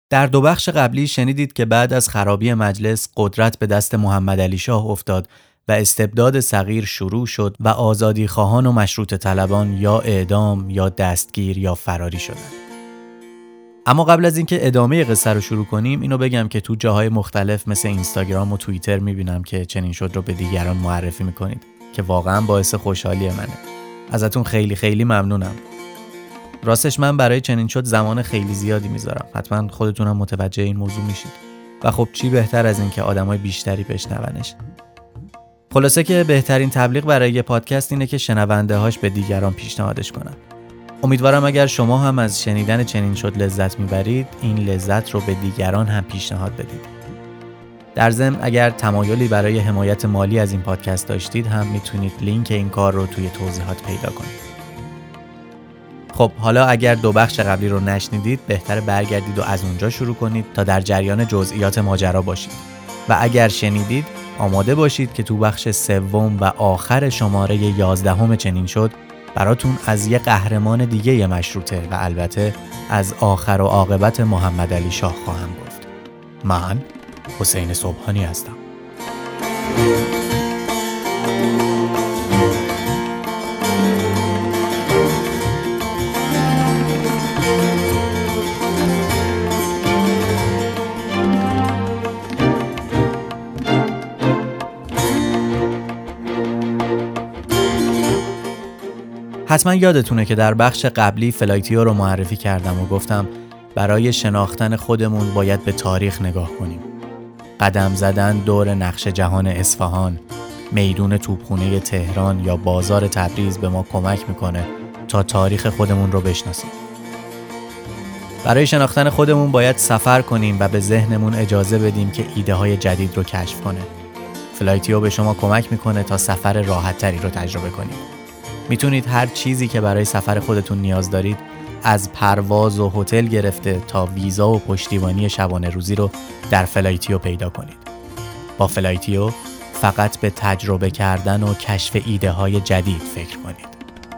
در 2 بخش قبلی شنیدید که بعد از خرابی مجلس قدرت به دست محمدعلی شاه افتاد و استبداد صغیر شروع شد و آزادی خواهان و مشروطه طلبان یا اعدام یا دستگیر یا فراری شدند. اما قبل از اینکه ادامه قصه رو شروع کنیم اینو بگم که تو جاهای مختلف مثل اینستاگرام و توییتر میبینم که چنین شد رو به دیگران معرفی میکنید که واقعا باعث خوشحالی منه. ازتون خیلی خیلی ممنونم. راستش من برای چنین شد زمان خیلی زیادی میذارم. حتما خودتونم متوجه این موضوع میشید. و خب چی بهتر از این که آدمای بیشتری بشنونش. خلاصه که بهترین تبلیغ برای یه پادکست اینه که شنونده هاش به دیگران پیشنهادش کنن. امیدوارم اگر شما هم از شنیدن چنین شد لذت میبرید این لذت رو به دیگران هم پیشنهاد بدید. در ضمن اگر تمایلی برای حمایت مالی از این پادکست داشتید هم میتونید لینک این کار رو توی توضیحات پیدا کنید. خب حالا اگر 2 بخش قبلی رو نشنیدید بهتره برگردید و از اونجا شروع کنید تا در جریان جزئیات ماجرا باشید. و اگر شنیدید آماده باشید که تو بخش 3 و آخر شماره 11 چنین شد براتون از یه قهرمان دیگه مشروطه و البته از آخر و عاقبت محمدعلی شاه خواهم گفت. من حسین صبحانی هستم. حتما یادتونه که در بخش قبلی فلایتیو رو معرفی کردم و گفتم برای شناختن خودمون باید به تاریخ نگاه کنیم. قدم زدن دور نقش جهان اصفهان، میدون توپخانه تهران یا بازار تبریز به ما کمک میکنه تا تاریخ خودمون رو بشناسیم. برای شناختن خودمون باید سفر کنیم و به ذهنمون اجازه بدیم که ایده های جدید رو کشف کنه. فلایتیو به شما کمک میکنه تا سفر راحت تری رو تجربه کنید. میتونید هر چیزی که برای سفر خودتون نیاز دارید از پرواز و هتل گرفته تا ویزا و پشتیبانی شبانه روزی رو در فلایتیو پیدا کنید. با فلایتیو فقط به تجربه کردن و کشف ایده های جدید فکر کنید.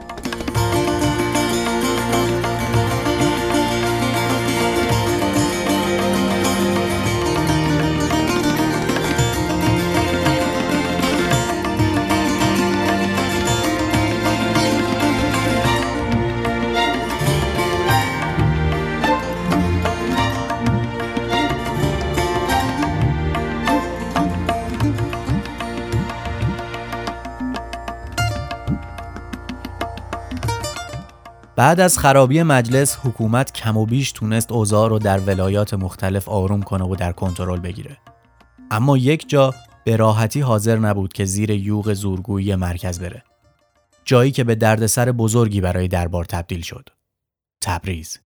بعد از خرابی مجلس حکومت کم و بیش تونست اوضاع رو در ولایات مختلف آروم کنه و در کنترل بگیره. اما یک جا به راحتی حاضر نبود که زیر یوغ زورگویی مرکز بره. جایی که به دردسر بزرگی برای دربار تبدیل شد. تبریز.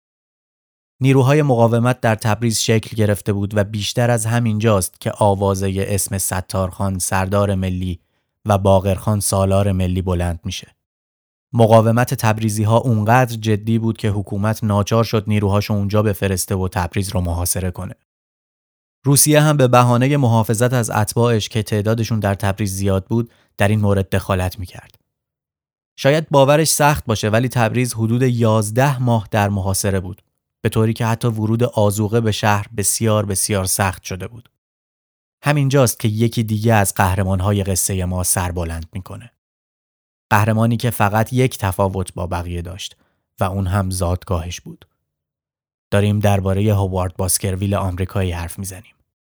نیروهای مقاومت در تبریز شکل گرفته بود و بیشتر از همین جاست که آوازه اسم ستارخان سردار ملی و باقرخان سالار ملی بلند میشه. مقاومت تبریزی ها اونقدر جدی بود که حکومت ناچار شد نیروهاشو اونجا بفرسته و تبریز رو محاصره کنه. روسیه هم به بهانه محافظت از اتباعش که تعدادشون در تبریز زیاد بود در این مورد دخالت میکرد. شاید باورش سخت باشه ولی تبریز حدود 11 ماه در محاصره بود، به طوری که حتی ورود آذوقه به شهر بسیار بسیار سخت شده بود. همینجاست که یکی دیگه از قهرمان‌های قصه ما سر بلند میکنه. قهرمانی که فقط یک تفاوت با بقیه داشت و اون هم زادگاهش بود. داریم درباره هوارد باسکرویل آمریکایی حرف میزنیم.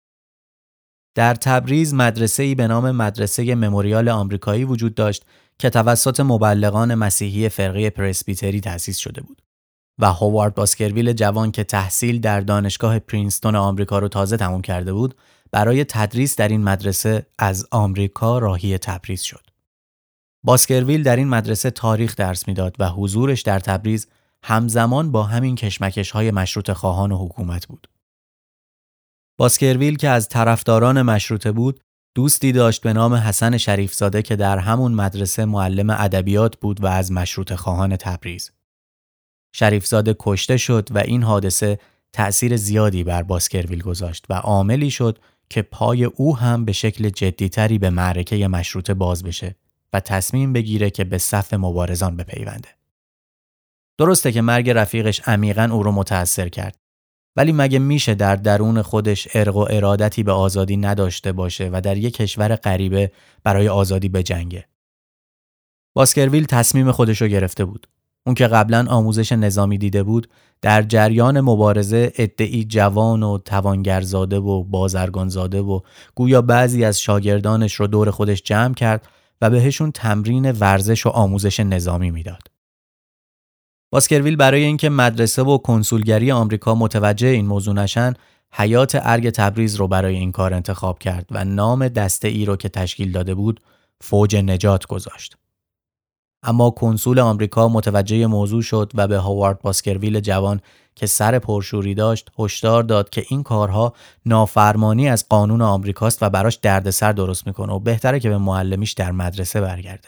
در تبریز مدرسه‌ای به نام مدرسه مموریال آمریکایی وجود داشت که توسط مبلغان مسیحی فرقه پرسبیتری تأسیس شده بود و هوارد باسکرویل جوان که تحصیل در دانشگاه پرینستون آمریکا رو تازه تموم کرده بود برای تدریس در این مدرسه از آمریکا راهی تبریز شد. باسکرویل در این مدرسه تاریخ درس میداد و حضورش در تبریز همزمان با همین کشمکش‌های مشروطه خواهان و حکومت بود. باسکرویل که از طرفداران مشروطه بود، دوستی داشت به نام حسن شریفزاده که در همون مدرسه معلم ادبیات بود و از مشروطه خواهان تبریز. شریفزاده کشته شد و این حادثه تأثیر زیادی بر باسکرویل گذاشت و عاملی شد که پای او هم به شکل جدی‌تری به معرکه مشروطه باز بشه و تصمیم بگیره که به صف مبارزان بپیونده. درسته که مرگ رفیقش عمیقاً او رو متأثر کرد، ولی مگه میشه در درون خودش ارق و ارادتی به آزادی نداشته باشه و در یک کشور غریبه برای آزادی بجنگه؟ باسکرویل تصمیم خودش رو گرفته بود. اون که قبلا آموزش نظامی دیده بود، در جریان مبارزه عده‌ای جوان و توانگرزاده و بازرگانزاده و گویا بعضی از شاگردانش رو دور خودش جمع کرد و بهشون تمرین ورزش و آموزش نظامی میداد. باسکرویل برای اینکه مدرسه و کنسولگری آمریکا متوجه این موضوع نشن، حیات ارگ تبریز رو برای این کار انتخاب کرد و نام دسته ای رو که تشکیل داده بود فوج نجات گذاشت. اما کنسول آمریکا متوجه موضوع شد و به هاوارد باسکرویل جوان که سر پرشوری داشت هشدار داد که این کارها نافرمانی از قانون آمریکاست و براش دردسر درست میکنه و بهتره که به معلمیش در مدرسه برگرده.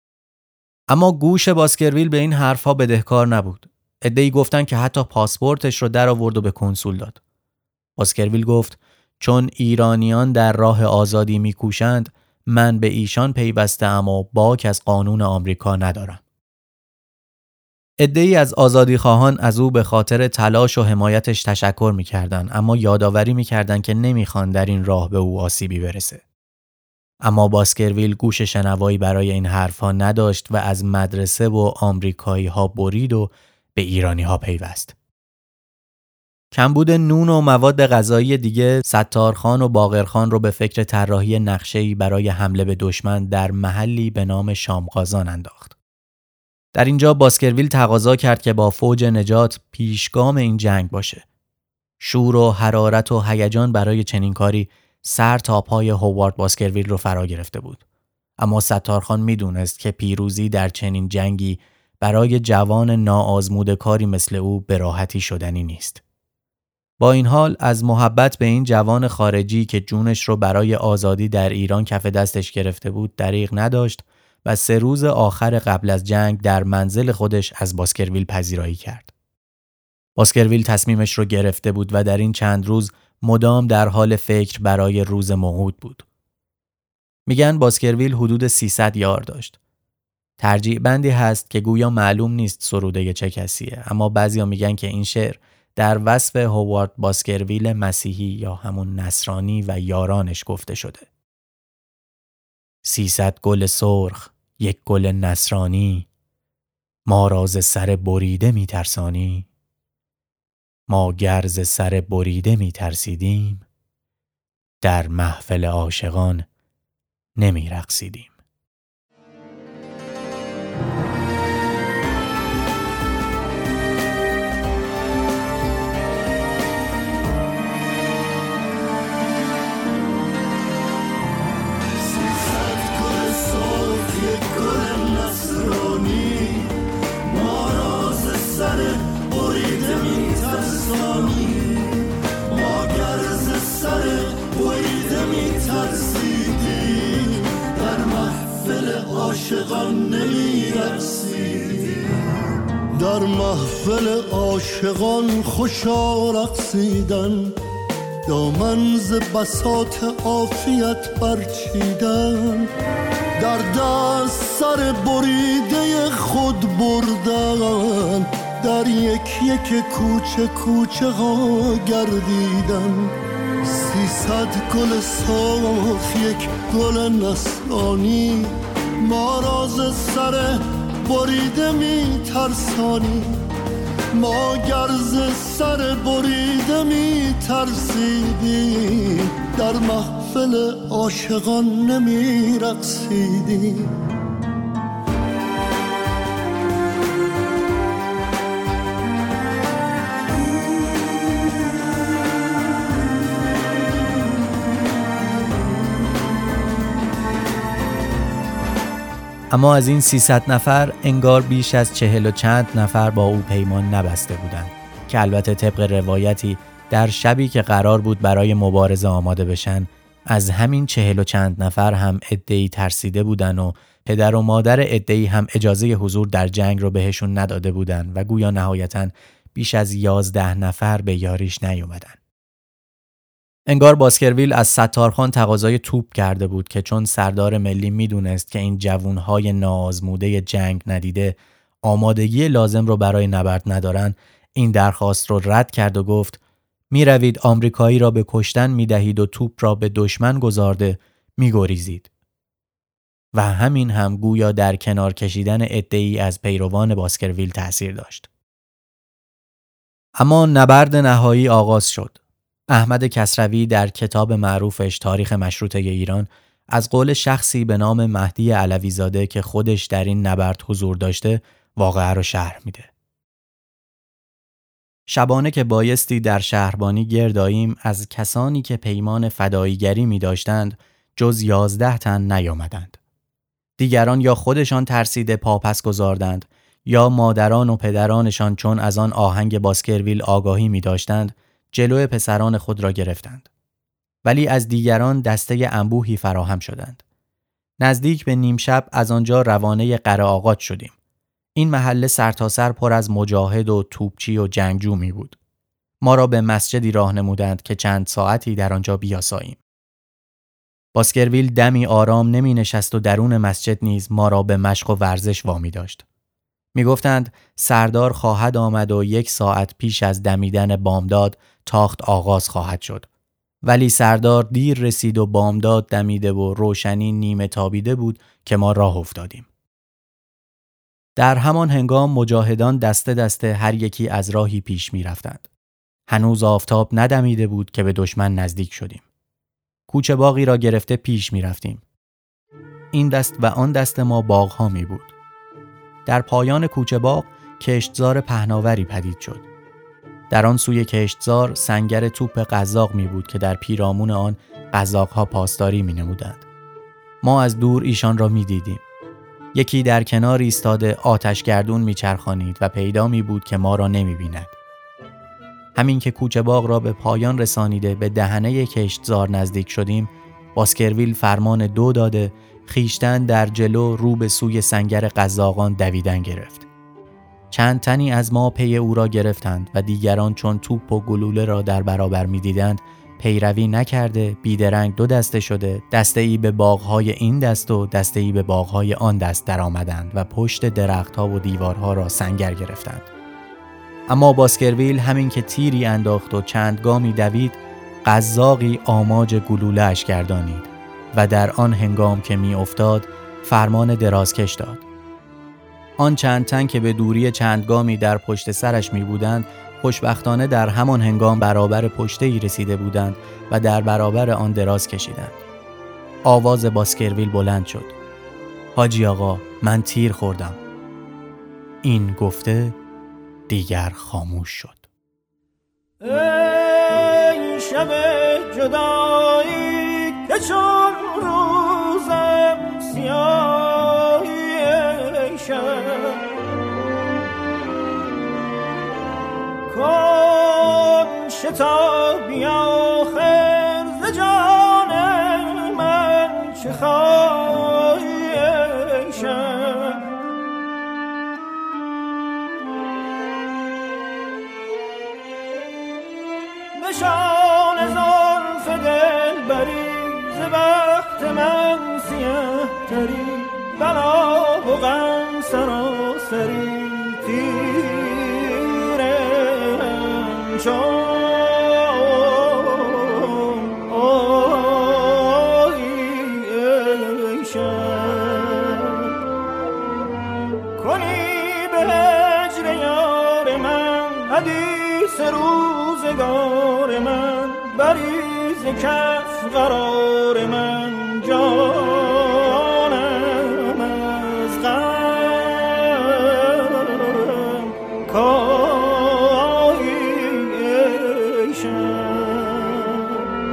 اما گوش باسکرویل به این حرفها بدهکار نبود. عده‌ای گفتن که حتی پاسپورتش رو در آورد و به کنسول داد. باسکرویل گفت چون ایرانیان در راه آزادی میکوشند، من به ایشان پیوسته‌ام و باک از قانون آمریکا ندارم. عده‌ای از آزادیخواهان از او به خاطر تلاش و حمایتش تشکر می‌کردند، اما یادآوری می‌کردند که نمی‌خوان در این راه به او آسیبی برسه. اما باسکرویل گوش شنوایی برای این حرفها نداشت و از مدرسه و آمریکایی‌ها برید و به ایرانی‌ها پیوست. کمبود نون و مواد غذایی دیگه ستارخان و باقرخان رو به فکر طراحی نقشه‌ای برای حمله به دشمن در محلی به نام شامقازان انداخت. در اینجا باسکرویل تقاضا کرد که با فوج نجات پیشگام این جنگ باشه. شور و حرارت و هیجان برای چنین کاری سر تا پای هاوارد باسکرویل رو فرا گرفته بود. اما ستارخان میدونست که پیروزی در چنین جنگی برای جوان ناآزموده کاری مثل او به راحتی شدنی نیست. با این حال از محبت به این جوان خارجی که جونش رو برای آزادی در ایران کف دستش گرفته بود دریغ نداشت و 3 روز آخر قبل از جنگ در منزل خودش از باسکرویل پذیرایی کرد. باسکرویل تصمیمش رو گرفته بود و در این چند روز مدام در حال فکر برای روز موعود بود. میگن باسکرویل حدود 300 یار داشت. ترجیع بندی هست که گویا معلوم نیست سروده چه کسیه، اما بعضیا میگن که این شعر در وصف هاوارد باسکرویل مسیحی یا همون نصرانی و یارانش گفته شده. 300 گل سرخ، 1 گل نصرانی، ما را ز سر بریده می ترسانی. ما گر ز سر بریده می ترسیدیم، در محفل عاشقان نمی رقصیدیم. عاشقان نمی رقصیدیم، در محفل عاشقان خوشا رقصیدن، دامن ز بساط عافیت برچیدن، در دست سر بریده خود بردن، در یک یک کوچه کوچه ها گردیدن. 300 گل سرخ، 1 گل نصرانی، ما را ز سر بریده می ترسانی. ما گر ز سر بریده می ترسیدیم، در محفل عاشقان نمی رقصیدیم. اما از این 300 نفر انگار بیش از 40 و چند نفر با او پیمان نبسته بودند که البته طبق روایتی در شبی که قرار بود برای مبارزه آماده بشن، از همین 40 و چند نفر هم عده‌ای ترسیده بودن و پدر و مادر عده‌ای هم اجازه حضور در جنگ رو بهشون نداده بودن و گویا نهایتاً بیش از 11 نفر به یاریش نیومدن. انگار باسکرویل از ستارخان تقاضای توپ کرده بود که چون سردار ملی میدونست که این جوانهای ناآزموده جنگ ندیده آمادگی لازم رو برای نبرد ندارن، این درخواست رو رد کرد و گفت می روید آمریکایی را به کشتن می دهید و توپ را به دشمن گذارده می گریزید. و همین هم گویا در کنار کشیدن عده‌ای از پیروان باسکرویل تأثیر داشت. اما نبرد نهایی آغاز شد. احمد کسروی در کتاب معروفش تاریخ مشروطه ایران از قول شخصی به نام مهدی علوی‌زاده که خودش در این نبرد حضور داشته واقعه رو شرح میده. شبانه که بایستی در شهربانی گرد آییم از کسانی که پیمان فداییگری می داشتند جز 11 تن نیامدند. دیگران یا خودشان ترسیده پاپس گذاردند یا مادران و پدرانشان چون از آن آهنگ باسکرویل آگاهی می داشتند جلوی پسران خود را گرفتند. ولی از دیگران دسته انبوهی فراهم شدند. نزدیک به نیم شب از آنجا روانه قره آقات شدیم. این محله سرتاسر پر از مجاهد و توپچی و جنگجو می بود. ما را به مسجدی راه نمودند که چند ساعتی در آنجا بیاساییم. باسکرویل دمی آرام نمی نشست و درون مسجد نیز ما را به مشق و ورزش وامی داشت. می گفتند سردار خواهد آمد و 1 ساعت پیش از دمیدن بامداد تاخت آغاز خواهد شد. ولی سردار دیر رسید و بامداد دمیده و روشنی نیمه تابیده بود که ما راه افتادیم. در همان هنگام مجاهدان دسته دسته هر یکی از راهی پیش می رفتند. هنوز آفتاب ندمیده بود که به دشمن نزدیک شدیم. کوچه باغی را گرفته پیش می رفتیم. این دست و آن دست ما باغ‌ها می بود. در پایان کوچه باغ کشتزار پهناوری پدید شد. در آن سوی کشتزار سنگر توپ قزاق می بود که در پیرامون آن قزاق‌ها پاسداری می نمودند. ما از دور ایشان را می دیدیم. یکی در کنار ایستاده آتشگردون می چرخانید و پیدا می بود که ما را نمی بیند. همین که کوچه باغ را به پایان رسانیده به دهنه کشتزار نزدیک شدیم، باسکرویل فرمان 2 داده خیشتن در جلو رو به سوی سنگر قزاقان دویدن گرفت. چند تنی از ما پی او را گرفتند و دیگران چون توپ و گلوله را در برابر می دیدند پیروی نکرده بیدرنگ 2 دسته شده، دسته‌ای به باغ‌های این دست و دسته‌ای به باغ‌های آن دست در آمدند و پشت درخت‌ها و دیوارها را سنگر گرفتند. اما باسکرویل همین که تیری انداخت و چند گامی دوید، قزاقی آماج گلوله اش گردانید و در آن هنگام که می افتاد فرمان درازکش داد. آن چند تن که به دوری چند گامی در پشت سرش می بودند خوشبختانه در همان هنگام برابر پشته‌ای رسیده بودند و در برابر آن دراز کشیدند. آواز باسکرویل بلند شد: حاجی آقا، من تیر خوردم. این گفته دیگر خاموش شد. ای شب جدایی که چون روزم سیاهی، ای شب کن شتابی آخر ز جان من چه خواهی، ای شب نشان زلف دلبری ز بخت من سیه تری، بلا و غم سراسری تیرم چون ای شب کنی به هجر یار من حدیث روزگار من، بریز کف قرار من، جانم از غم کاهی، ای شب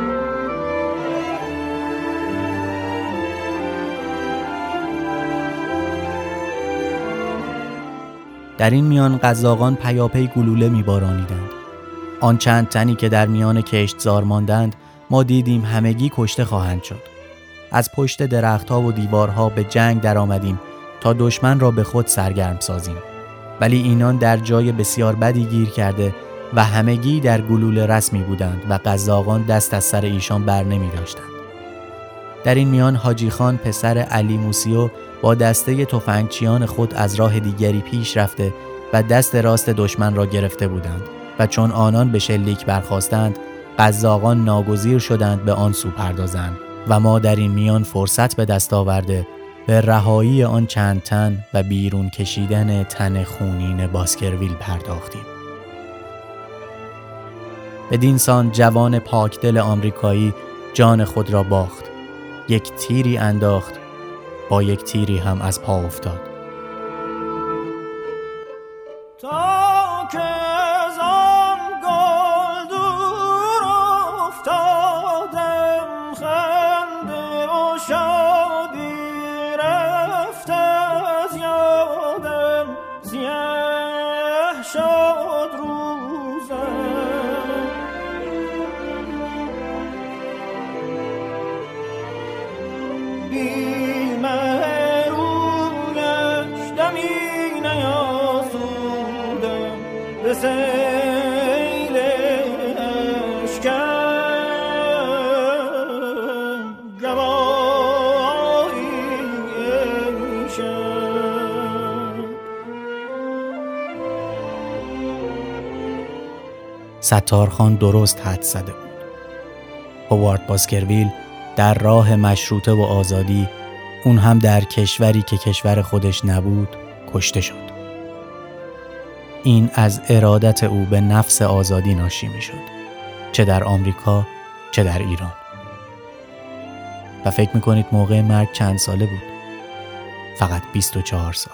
در این میان قزاقان پیاپی گلوله می‌بارانیدند. آن چند تنی که در میان کشتزار ماندند ما دیدیم همگی کشته خواهند شد. از پشت درختها و دیوارها به جنگ در آمدیم تا دشمن را به خود سرگرم سازیم، ولی اینان در جای بسیار بدی گیر کرده و همگی در گلوله رسمی بودند و قزاقان دست از سر ایشان بر نمی داشتند. در این میان حاجی خان پسر علی موسیو با دسته تفنگچیان خود از راه دیگری پیش رفته و دست راست دشمن را گرفته بودند و چون آنان به شلیک برخاستند قزاقان ناگزیر شدند به آن سو پردازند و ما در این میان فرصت به دست آورده به رهایی آن چند تن و بیرون کشیدن تن خونین باسکرویل پرداختیم. بدینسان جوان پاکدل آمریکایی جان خود را باخت. یک تیری انداخت، با یک تیری هم از پا افتاد. تا که از آن گل دور افتادم، خنده و شادی رفت از یادم، سیاه شد روزم. بی مهرویش دمی نیاسودم، به سیل اشکم گواهی شد. ستارخان درست حد زده بود. هوارد باسکرویل در راه مشروطه و آزادی، اون هم در کشوری که کشور خودش نبود، کشته شد. این از ارادت او به نفس آزادی ناشی می شد، چه در آمریکا چه در ایران. و فکر میکنید موقع مرگ چند ساله بود؟ فقط 24 سال.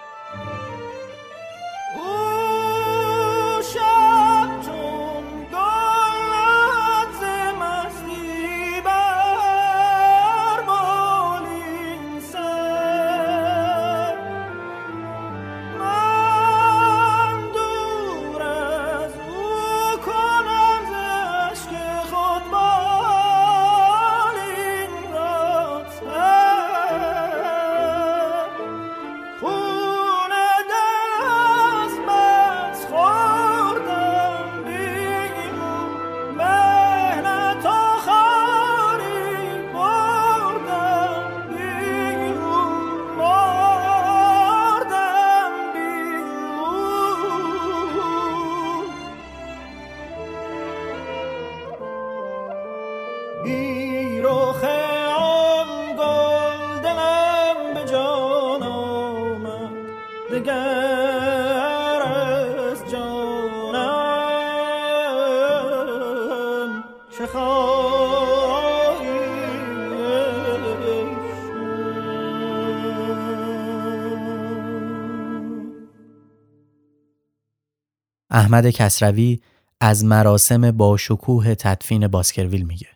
احمد کسروی از مراسم با شکوه تدفین باسکرویل میگه.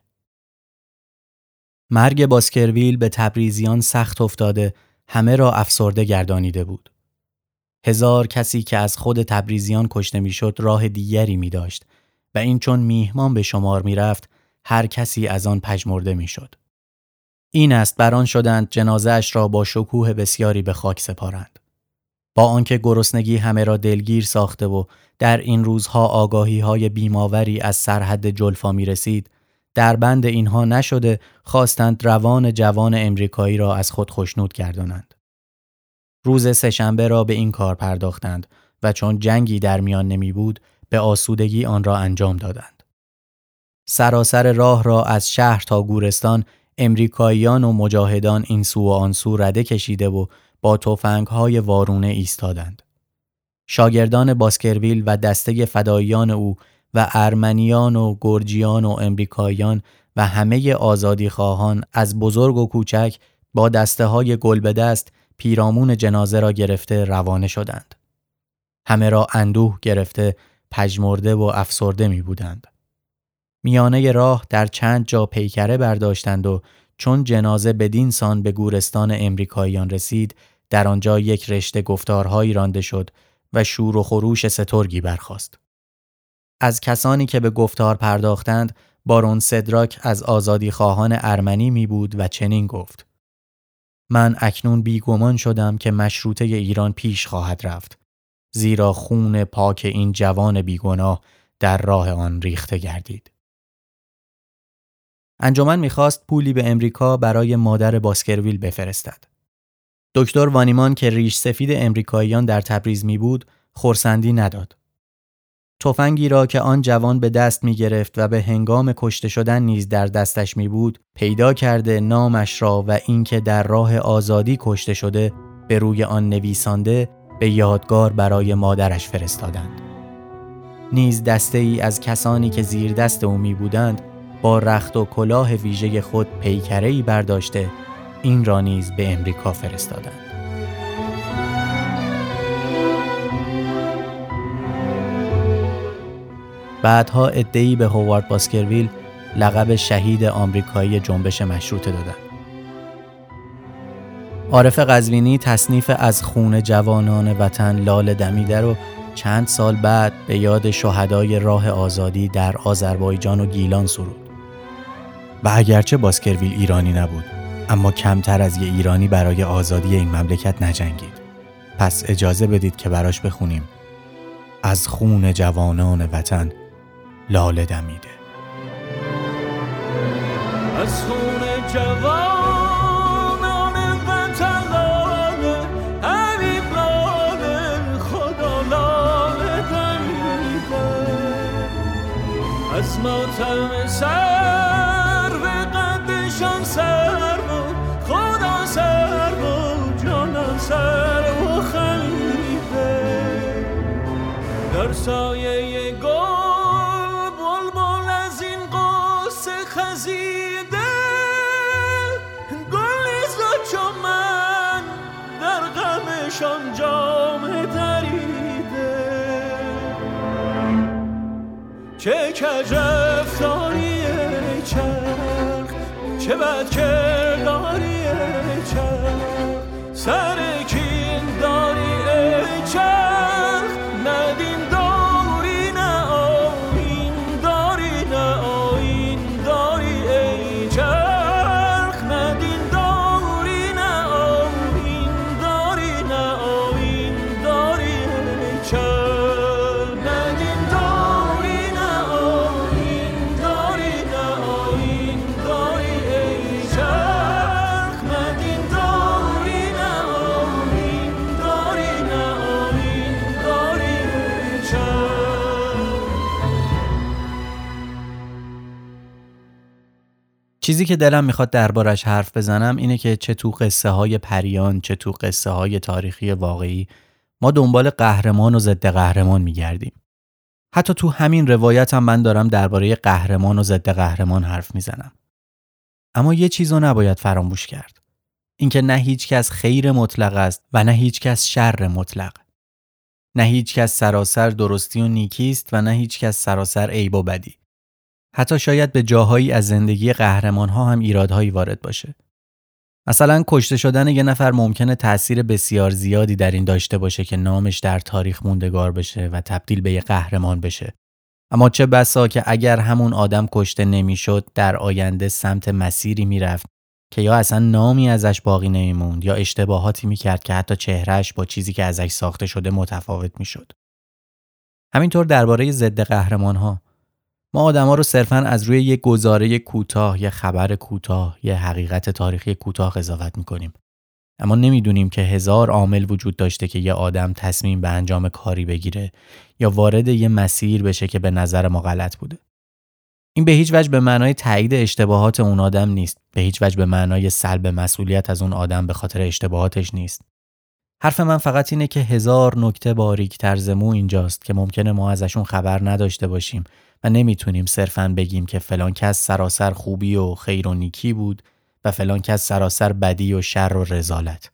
مرگ باسکرویل به تبریزیان سخت افتاده، همه را افسرده گردانیده بود. 1000 کسی که از خود تبریزیان کشته میشد راه دیگری می داشت و این چون میهمان به شمار می رفت، هر کسی از آن پژمرده می شد. این است بران شدند جنازه اش را با شکوه بسیاری به خاک سپارند. با آنکه گرسنگی همه را دلگیر ساخته و در این روزها آگاهی‌های بیماوری از سرحد جلفا می رسید، در بند اینها نشده خواستند روان جوان امریکایی را از خود خوشنود گردانند. روز سه‌شنبه را به این کار پرداختند و چون جنگی در میان نمی بود به آسودگی آن را انجام دادند. سراسر راه را از شهر تا گورستان امریکاییان و مجاهدان این سو و آن سو رده کشیده و با تفنگ‌های وارونه ایستادند. شاگردان باسکرویل و دسته فداییان او و ارمنیان و گرجیان و امریکاییان و همه آزادیخواهان از بزرگ و کوچک با دسته‌های گل به دست پیرامون جنازه را گرفته روانه شدند. همه را اندوه گرفته پژمرده و افسرده می بودند. میانه راه در چند جا پیکره برداشتند و چون جنازه بدین سان به گورستان امریکاییان رسید، در آنجا یک رشته گفتارهایی رانده شد و شور و خروش سترگی برخاست. از کسانی که به گفتار پرداختند، بارون سدراک از آزادیخواهان ارمنی می بود و چنین گفت: من اکنون بیگمان شدم که مشروطه ایران پیش خواهد رفت، زیرا خون پاک این جوان بیگناه در راه آن ریخته گردید. انجمن می‌خواست پولی به امریکا برای مادر باسکرویل بفرستد. دکتر وانیمان که ریش سفید امریکاییان در تبریز می بود، خرسندی نداد. تفنگی را که آن جوان به دست می گرفت و به هنگام کشته شدن نیز در دستش می بود پیدا کرده نامش را و اینکه در راه آزادی کشته شده به روی آن نویسانده به یادگار برای مادرش فرستادند. نیز دسته ای از کسانی که زیر دست او می بودند با رخت و کلاه ویژه خود پیکره‌ای برداشته این را نیز به امریکا فرستادند. بعدها عده‌ای به هوارد باسکرویل لقب شهید آمریکایی جنبش مشروطه دادند. عارف قزوینی تصنیف از خون جوانان وطن لاله دمیده رو چند سال بعد به یاد شهدای راه آزادی در آذربایجان و گیلان سرود. و اگرچه باسکرویل ایرانی نبود، اما کمتر از یه ایرانی برای آزادی این مملکت نجنگید. پس اجازه بدید که براش بخونیم از خون جوانان وطن لاله دمیده. از خون جوانان وطن لاله حبیب لاله خدا لاله دمیده. از ماتم سر و قدشان سر و خدا سر و جانان سر و خمیده. در سایه گل بلبل از این قصه خزیده، گلی زد چو من در غمشان جام دریده. چه کجفتاری ای چرخ، چه بد کرداری ای چرخ، سر کین داری ای چرخ، ندین داری نه آیین داری نه آیین داری ای چرخ، ندین داری نه آیین داری نه آیین داری ای چرخ، ندین داری نه آیین داری نه آیین داری ای چرخ، ندین داری نه آیین داری نه آیین داری ای چرخ. چیزی که دلم میخواد دربارش حرف بزنم اینه که چه تو قصه های پریان چه تو قصه های تاریخی واقعی ما دنبال قهرمان و ضد قهرمان میگردیم. حتی تو همین روایت هم من دارم درباره قهرمان و ضد قهرمان حرف میزنم. اما یه چیزو نباید فراموش کرد. اینکه نه هیچ کس خیر مطلق است و نه هیچ کس شر مطلق. نه هیچ کس سراسر درستی و نیکی است و نه هیچ کس سراسر عیب و بدی. حتی شاید به جاهایی از زندگی قهرمان‌ها هم ایرادهایی وارد باشه. مثلا کشته شدن یه نفر ممکنه تأثیر بسیار زیادی در این داشته باشه که نامش در تاریخ موندگار بشه و تبدیل به یه قهرمان بشه. اما چه بسا که اگر همون آدم کشته نمیشد در آینده سمت مسیری میرفت که یا اصلا نامی ازش باقی نمیموند یا اشتباهاتی میکرد که حتی چهرهش با چیزی که ازش ساخته شده متفاوت میشد. همینطور درباره ضد قهرمان‌ها ما آدم‌ها رو صرفاً از روی یک گزاره کوتاه، یک خبر کوتاه، یک حقیقت تاریخی کوتاه قضاوت می‌کنیم. اما نمی‌دونیم که هزار عامل وجود داشته که یه آدم تصمیم به انجام کاری بگیره یا وارد یه مسیر بشه که به نظر ما غلط بوده. این به هیچ وجه به معنای تایید اشتباهات اون آدم نیست. به هیچ وجه به معنای سلب مسئولیت از اون آدم به خاطر اشتباهاتش نیست. حرف من فقط اینه که هزار نکته باریک‌تر ز مو اینجاست که ممکنه ما ازشون خبر نداشته باشیم و نمیتونیم صرفاً بگیم که فلان کس سراسر خوبی و خیر و نیکی بود و فلان کس سراسر بدی و شر و رذالت.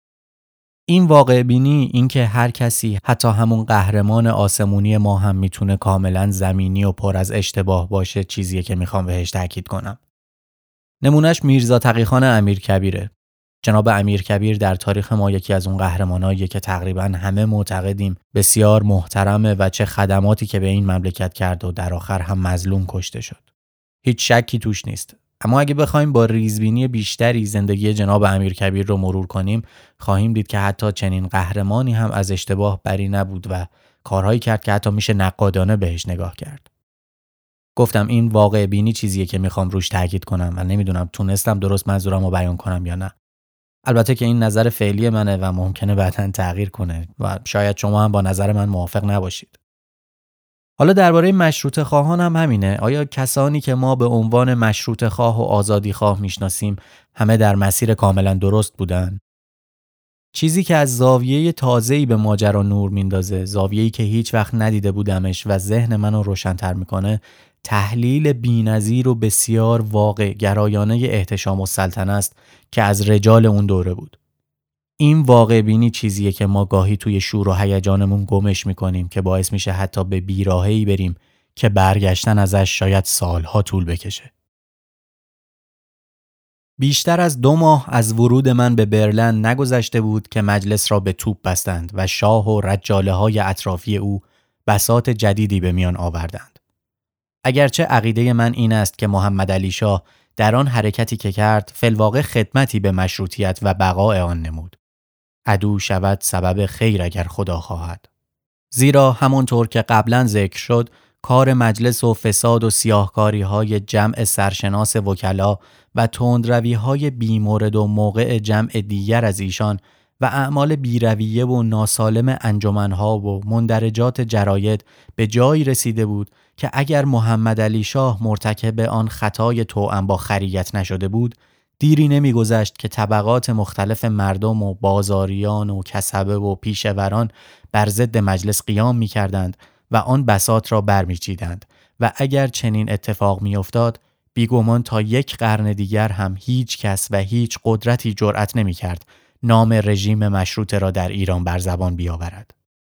این واقع بینی، این که هر کسی حتی همون قهرمان آسمونی ما هم میتونه کاملاً زمینی و پر از اشتباه باشه، چیزیه که میخوام بهش تاکید کنم. نمونهش میرزا تقی‌خان امیرکبیره. جناب امیرکبیر در تاریخ ما یکی از اون قهرماناییه که تقریباً همه معتقدیم بسیار محترمه و چه خدماتی که به این مملکت کرد و در آخر هم مظلوم کشته شد. هیچ شکی توش نیست. اما اگه بخوایم با ریزبینی بیشتری زندگی جناب امیرکبیر رو مرور کنیم، خواهیم دید که حتی چنین قهرمانی هم از اشتباه بری نبود و کارهایی کرد که حتی میشه نقادانه بهش نگاه کرد. گفتم این واقع بینی چیزیه که میخوام روش تاکید کنم و نمیدونم تونستم درست منظورمو بیان کنم یا نه. البته که این نظر فعلی منه و ممکنه بعداً تغییر کنه و شاید شما هم با نظر من موافق نباشید. حالا درباره مشروطه خواهان هم همینه. آیا کسانی که ما به عنوان مشروطه خواه و آزادی خواه میشناسیم همه در مسیر کاملا درست بودن؟ چیزی که از زاویه تازه‌ای به ماجرا نور میندازه، زاویه‌ای که هیچ وقت ندیده بودمش و ذهن منو روشن‌تر میکنه، تحلیل بی‌نظیر و بسیار واقع گرایانه احتشام السلطنه است که از رجال اون دوره بود. این واقع بینی چیزیه که ما گاهی توی شور و هیجانمون گمش میکنیم که باعث میشه حتی به بیراهه‌ای بریم که برگشتن ازش شاید سالها طول بکشه. بیشتر از 2 ماه از ورود من به برلن نگذشته بود که مجلس را به توپ بستند و شاه و رجاله‌های اطرافی او بساط جدیدی به میان آوردند. اگرچه عقیده من این است که محمد علی شاه در آن حرکتی که کرد فی‌الواقع خدمتی به مشروطیت و بقای آن نمود. عدو شود سبب خیر اگر خدا خواهد. زیرا همانطور که قبلا ذکر شد، کار مجلس و فساد و سیاهکاری‌های جمع سرشناس وکلا و تندروی‌های بیمورد و موقع جمع دیگر از ایشان و اعمال بیرویه و ناسالم انجمنها و مندرجات جراید به جایی رسیده بود که اگر محمد علی شاه مرتکب آن خطای توأم با خریت نشده بود، دیری نمی‌گذشت که طبقات مختلف مردم و بازاریان و کسبه و پیشوران بر ضد مجلس قیام می‌کردند و آن بساط را برمی‌چیدند و اگر چنین اتفاق می‌افتاد، بیگمان تا 1 قرن دیگر هم هیچ کس و هیچ قدرتی جرأت نمی‌کرد نام رژیم مشروطه را در ایران بر زبان بیاورد.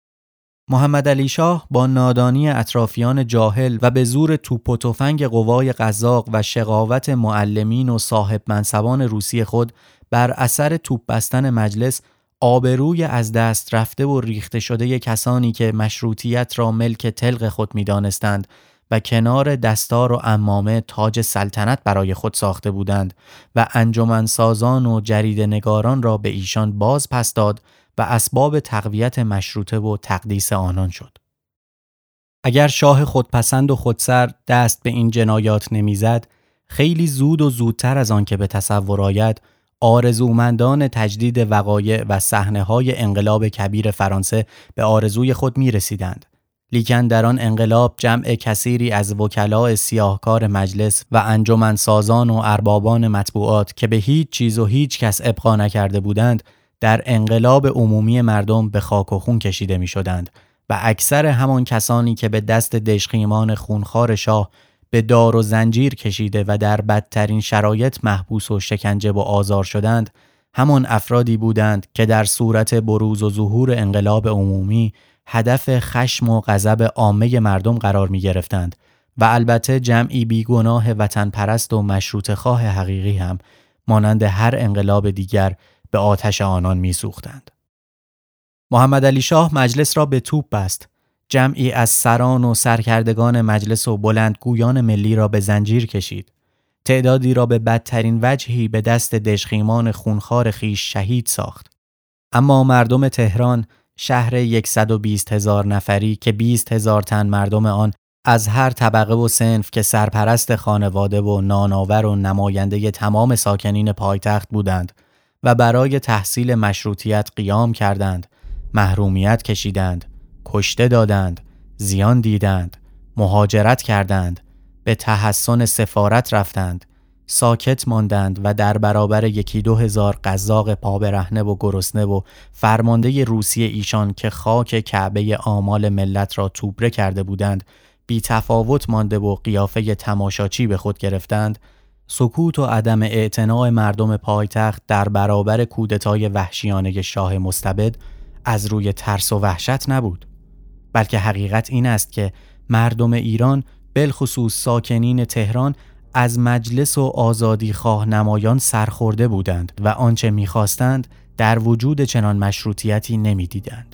محمد علی شاه با نادانی اطرافیان جاهل و به زور توپ و تفنگ قوای قزاق و شقاوت معلمین و صاحب منصبان روسی خود بر اثر توپ بستن مجلس آبروی از دست رفته و ریخته شده کسانی که مشروطیت را ملک تلق خود می دانستند و کنار دستار و عمامه تاج سلطنت برای خود ساخته بودند و انجمنسازان و جریده نگاران را به ایشان باز پس داد و اسباب تقویت مشروطه و تقدیس آنان شد. اگر شاه خودپسند و خودسر دست به این جنایات نمیزد، خیلی زود و زودتر از آن که به تصور آید، آرزومندان تجدید وقایع و صحنه‌های انقلاب کبیر فرانسه به آرزوی خود می‌رسیدند. لیکن در آن انقلاب جمع کثیری از وکلاء سیاهکار مجلس و انجمنسازان و اربابان مطبوعات که به هیچ چیز و هیچ کس ابقا نکرده بودند، در انقلاب عمومی مردم به خاک و خون کشیده می شدند و اکثر همان کسانی که به دست دژخیمان خونخوار شاه به دار و زنجیر کشیده و در بدترین شرایط محبوس و شکنجه و آزار شدند، همان افرادی بودند که در صورت بروز و ظهور انقلاب عمومی هدف خشم و غضب عامه مردم قرار می گرفتند و البته جمعی بیگناه وطن پرست و مشروطه خواه حقیقی هم مانند هر انقلاب دیگر به آتش آنان می سوختند. محمد علی شاه مجلس را به توپ بست. جمعی از سران و سرکردگان مجلس و بلندگویان ملی را به زنجیر کشید. تعدادی را به بدترین وجهی به دست دژخیمان خونخوار خیش شهید ساخت. اما مردم تهران، شهر 120,000 نفری که 20,000 تن مردم آن از هر طبقه و صنف که سرپرست خانواده و نانآور و نماینده تمام ساکنین پایتخت بودند و برای تحصیل مشروطیت قیام کردند، محرومیت کشیدند، کشته دادند، زیان دیدند، مهاجرت کردند، به تحصن سفارت رفتند، ساکت ماندند و در برابر 1-2 هزار قزاق پا برهنه و گرسنه و فرمانده روسی ایشان که خاک کعبه آمال ملت را توبره کرده بودند بی تفاوت مانده و قیافه تماشاچی به خود گرفتند، سکوت و عدم اعتناع مردم پایتخت در برابر کودتای وحشیانه شاه مستبد از روی ترس و وحشت نبود، بلکه حقیقت این است که مردم ایران، بالخصوص ساکنین تهران، از مجلس و آزادی خواه نمایان سرخورده بودند و آنچه می‌خواستند در وجود چنان مشروطیتی نمی‌دیدند.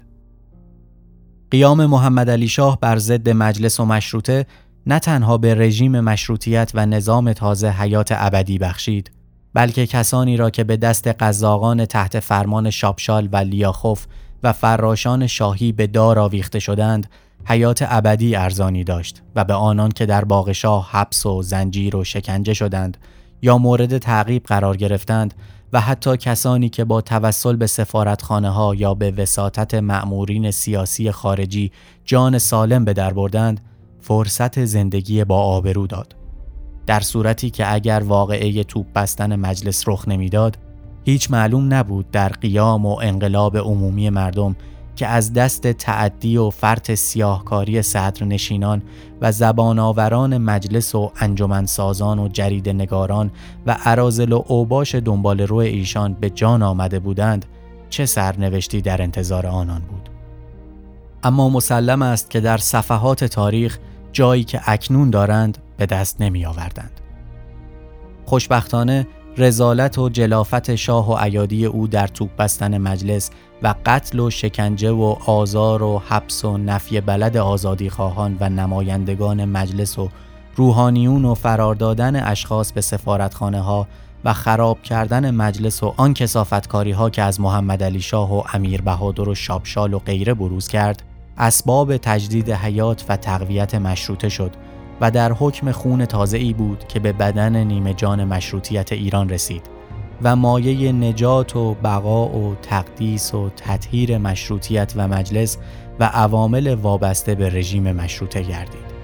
قیام محمد علی شاه بر ضد مجلس و مشروطه نه تنها به رژیم مشروطیت و نظام تازه حیات ابدی بخشید، بلکه کسانی را که به دست قزاقان تحت فرمان شاپشال و لیاخوف و فراشان شاهی به دار آویخته شدند، حیات ابدی ارزانی داشت و به آنان که در باغ شاه حبس و زنجیر و شکنجه شدند یا مورد تعقیب قرار گرفتند و حتی کسانی که با توسل به سفارتخانه‌ها یا به وساطت مأمورین سیاسی خارجی جان سالم به در بردند، فرصت زندگی با آبرو داد. در صورتی که اگر واقعه توپ بستن مجلس رخ نمیداد، هیچ معلوم نبود در قیام و انقلاب عمومی مردم که از دست تعدی و فرط سیاهکاری صدرنشینان و زبان‌آوران مجلس و انجمنسازان و جریده‌نگاران و اراذل و اوباش دنبال رو ایشان به جان آمده بودند، چه سرنوشتی در انتظار آنان بود. اما مسلم است که در صفحات تاریخ جایی که اکنون دارند به دست نمی آوردند. خوشبختانه رذالت و جلافت شاه و ایادی او در توپ بستن مجلس و قتل و شکنجه و آزار و حبس و نفی بلد آزادیخواهان و نمایندگان مجلس و روحانیون و فرار دادن اشخاص به سفارتخانه ها و خراب کردن مجلس و آن کثافتکاری ها که از محمد علی شاه و امیر بهادر و شابشال و غیره بروز کرد، اسباب تجدید حیات و تقویت مشروطه شد و در حکم خون تازه‌ای بود که به بدن نیمه جان مشروطیت ایران رسید و مایه نجات و بقا و تقدیس و تطهیر مشروطیت و مجلس و عوامل وابسته به رژیم مشروطه گردید.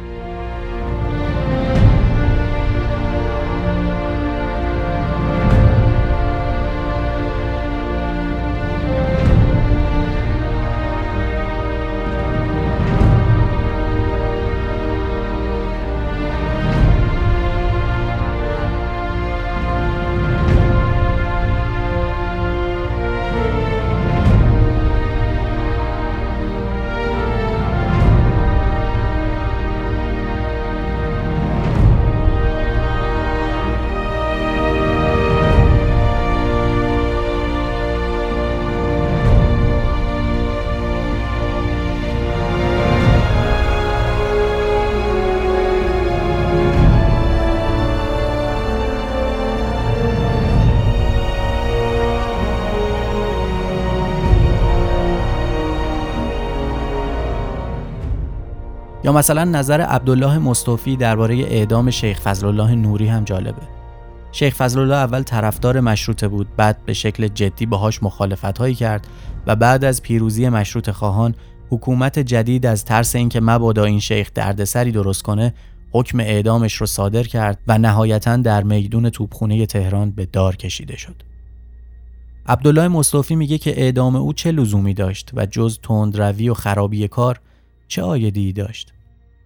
یا مثلا نظر عبدالله مصطفی درباره اعدام شیخ فضلالله نوری هم جالبه. شیخ فضلالله اول طرفدار مشروطه بود، بعد به شکل جدی باهاش مخالفت‌هایی کرد و بعد از پیروزی مشروطه خواهان حکومت جدید از ترس اینکه مبادا این شیخ دردسری درست کنه حکم اعدامش رو صادر کرد و نهایتاً در میدون توپخانه تهران به دار کشیده شد. عبدالله مصطفی میگه که اعدام او چه لزومی داشت و جز تندروی و خرابی کار چه عایدی داشت؟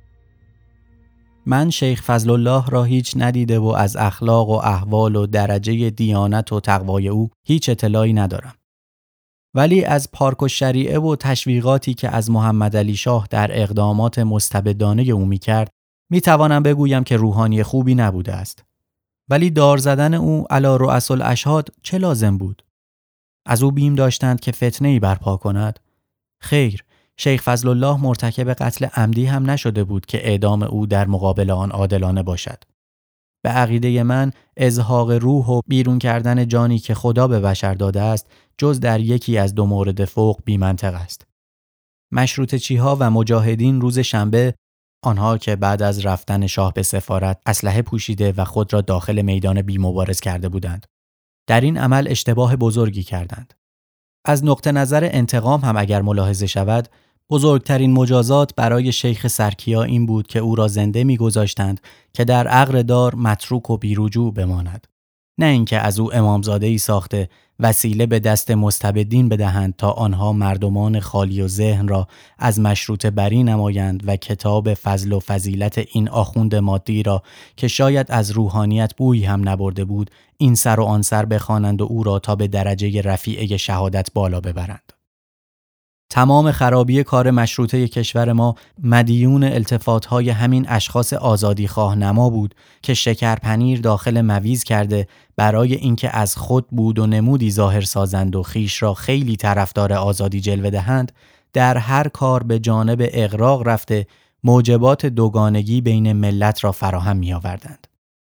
من شیخ فضلالله را هیچ ندیده و از اخلاق و احوال و درجه دیانت و تقوای او هیچ اطلاعی ندارم. ولی از پارک و شریعه و تشویقاتی که از محمد علی شاه در اقدامات مستبدانه او میکرد میتوانم بگویم که روحانی خوبی نبوده است. ولی دار زدن او علی رؤس الاشهاد چه لازم بود؟ از او بیم داشتند که فتنه‌ای برپا کند؟ خیر، شیخ فضلالله مرتکب قتل عمدی هم نشده بود که اعدام او در مقابل آن عادلانه باشد. به عقیده من ازهاق روح و بیرون کردن جانی که خدا به بشر داده است جز در یکی از دو مورد فوق بی منطق است. مشروطه چیها و مجاهدین روز شنبه، آنها که بعد از رفتن شاه به سفارت اسلحه پوشیده و خود را داخل میدان بی مبارز کرده بودند، در این عمل اشتباه بزرگی کردند. از نقطه نظر انتقام هم اگر ملاحظه شود، بزرگترین مجازات برای شیخ سرکیا این بود که او را زنده می‌گذاشتند که در عقر دار متروک و بیرجوع بماند، نه اینکه از او امامزاده‌ای ساخته وسیله به دست مستبدین بدهند تا آنها مردمان خالی و ذهن را از مشروطه بری نمایند و کتاب فضل و فضیلت این آخوند مادی را که شاید از روحانیت بویی هم نبرده بود این سر و آن سر بخوانند و او را تا به درجه رفیعه شهادت بالا ببرند. تمام خرابی کار مشروطه کشور ما مدیون التفات‌های همین اشخاص آزادیخواه نما بود که شکرپنیر داخل مویز کرده برای اینکه از خود بود و نمودی ظاهر سازند و خیش را خیلی طرفدار آزادی جلوه دهند، در هر کار به جانب اغراق رفته موجبات دوگانگی بین ملت را فراهم می آوردند.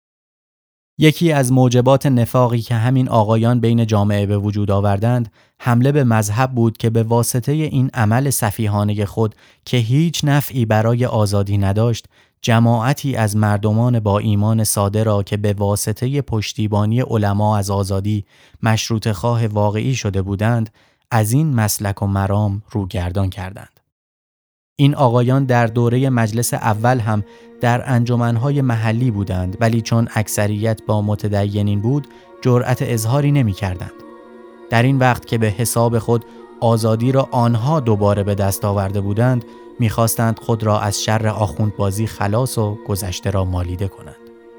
یکی از موجبات نفاقی که همین آقایان بین جامعه به وجود آوردند، حمله به مذهب بود که به واسطه این عمل سفیهانه خود که هیچ نفعی برای آزادی نداشت، جماعتی از مردمان با ایمان ساده را که به واسطه پشتیبانی علما از آزادی مشروطه خواه واقعی شده بودند، از این مسلک و مرام روگردان کردند. این آقایان در دوره مجلس اول هم در انجمنهای محلی بودند، ولی چون اکثریت با متدینین بود جرأت اظهاری نمی کردند. در این وقت که به حساب خود آزادی را آنها دوباره به دست آورده بودند، می‌خواستند خود را از شر آخوندبازی خلاص و گذشته را مالیده کنند.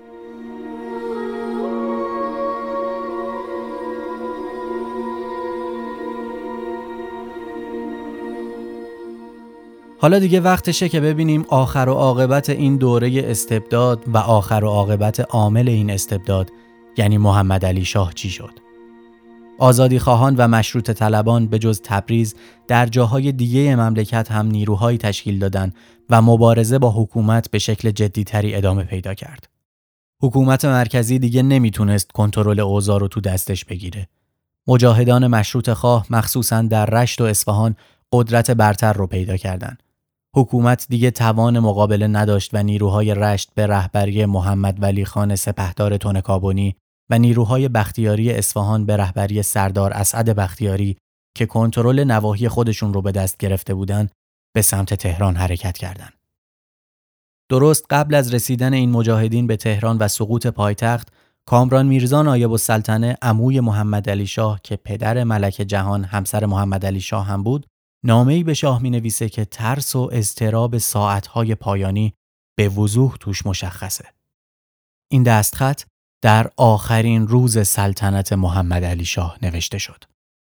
حالا دیگه وقتشه که ببینیم آخر و عاقبت این دوره استبداد و آخر و عاقبت عامل این استبداد یعنی محمد علی شاه چی شد. آزادی خواهان و مشروطه طلبان به جز تبریز در جاهای دیگه مملکت هم نیروهایی تشکیل دادن و مبارزه با حکومت به شکل جدی‌تری ادامه پیدا کرد. حکومت مرکزی دیگه نمیتونست کنترل اوضاع رو تو دستش بگیره. مجاهدان مشروطه خواه مخصوصاً در رشت و اصفهان قدرت برتر رو پیدا کردن. حکومت دیگه توان مقابله نداشت و نیروهای رشت به رهبری محمد ولی خان سپهدار تنکابنی و نیروهای بختیاری اصفهان به رهبری سردار اسعد بختیاری که کنترل نواحی خودشون رو به دست گرفته بودن به سمت تهران حرکت کردند. درست قبل از رسیدن این مجاهدین به تهران و سقوط پایتخت، کامران میرزا نایب السلطنه عموی محمد علی شاه که پدر ملک جهان همسر محمد علی شاه هم بود، نامه‌ای به شاه می‌نویسه که ترس و اضطراب ساعت‌های پایانی به وضوح توش مشخصه. این دستخط در آخرین روز سلطنت محمد علی شاه نوشته شد.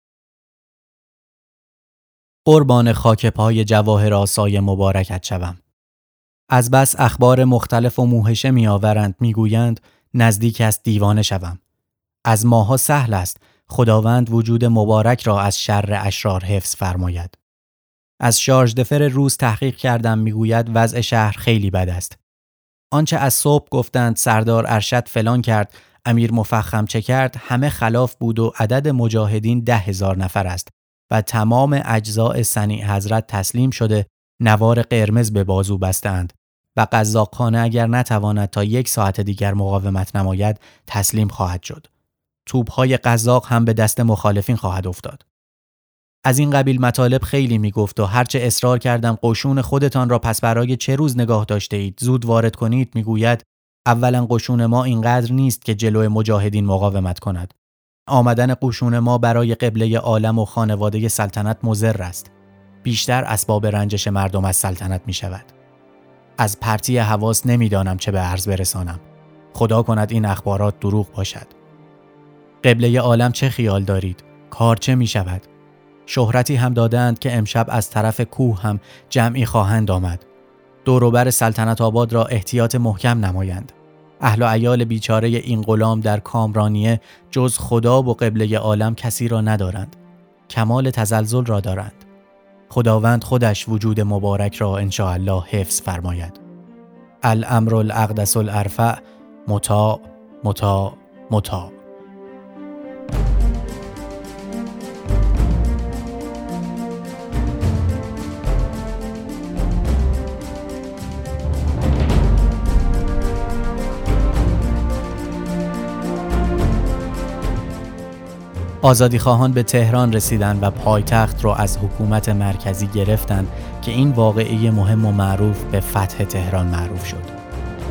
قربان خاک پای جواهر آسای مبارکت شوم. از بس اخبار مختلف و موحشه می‌آورند، می‌گویند نزدیک است دیوانه شوم. از ماها سهل است، خداوند وجود مبارک را از شر اشرار حفظ فرماید. از شارژ دفر روز تحقیق کردم، میگوید وضع شهر خیلی بد است. آنچه از صبح گفتند سردار ارشد فلان کرد، امیر مفخم چه کرد، همه خلاف بود و عدد مجاهدین 10,000 نفر است و تمام اجزاء صنیع حضرت تسلیم شده، نوار قرمز به بازو بستند و قزاقخانه اگر نتواند تا 1 ساعت دیگر مقاومت نماید تسلیم خواهد شد. توپ‌های قزاق هم به دست مخالفین خواهد افتاد. از این قبیل مطالب خیلی میگفت و هرچه اصرار کردم قشون خودتان را پس برای چه روز نگاه داشته اید، زود وارد کنید، میگوید اولا قشون ما اینقدر نیست که جلوی مجاهدین مقاومت کند. آمدن قشون ما برای قبله عالم و خانواده سلطنت مضر است. بیشتر اسباب رنجش مردم از سلطنت می شود. از پرتی حواس نمیدانم چه به عرض برسانم. خدا کند این اخبارات دروغ باشد. قبله عالم چه خیال دارید؟ کار چه می شود؟ شهرتی هم دادند که امشب از طرف کوه هم جمعی خواهند آمد. دوروبر سلطنت آباد را احتیاط محکم نمایند. اهل و عیال بیچاره این غلام در کامرانیه جز خدا و قبله عالم کسی را ندارند. کمال تزلزل را دارند. خداوند خودش وجود مبارک را انشاءالله حفظ فرماید. الامر الاقدس الارفع مطاع مطاع مطاع. آزادی خواهان به تهران رسیدند و پایتخت را از حکومت مرکزی گرفتند که این واقعه مهم و معروف به فتح تهران معروف شد.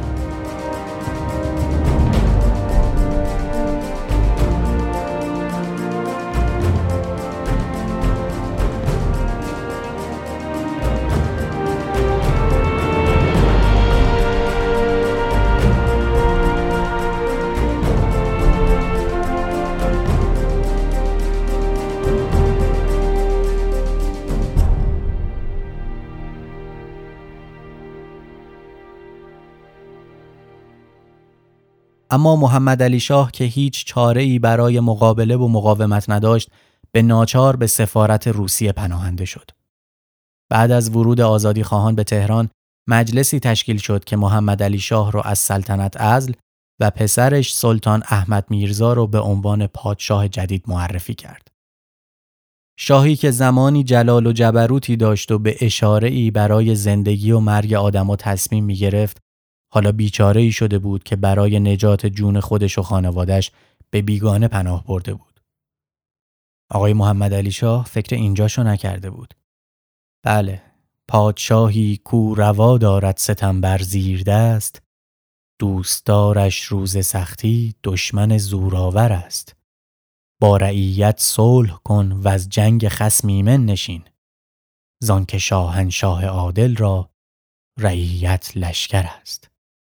اما محمد علی شاه که هیچ چاره‌ای برای مقابله و مقاومت نداشت، به ناچار به سفارت روسیه پناهنده شد. بعد از ورود آزادی خواهان به تهران، مجلسی تشکیل شد که محمد علی شاه را از سلطنت عزل و پسرش سلطان احمد میرزا را به عنوان پادشاه جدید معرفی کرد. شاهی که زمانی جلال و جبروتی داشت و به اشاره‌ای برای زندگی و مرگ آدم‌ها تصمیم می‌گرفت، حالا بیچاره‌ای شده بود که برای نجات جون خودش و خانواده‌اش به بیگانه پناه برده بود. آقای محمد علی شاه فکر اینجاشو نکرده بود. بله، پادشاهی کو روا دارد ستم بر زیر دست، دوستدارش روز سختی دشمن زورآور است. با رعیت صلح کن و از جنگ خصم ایمن نشین، زان که شاهنشاه عادل را رعیت لشکر است.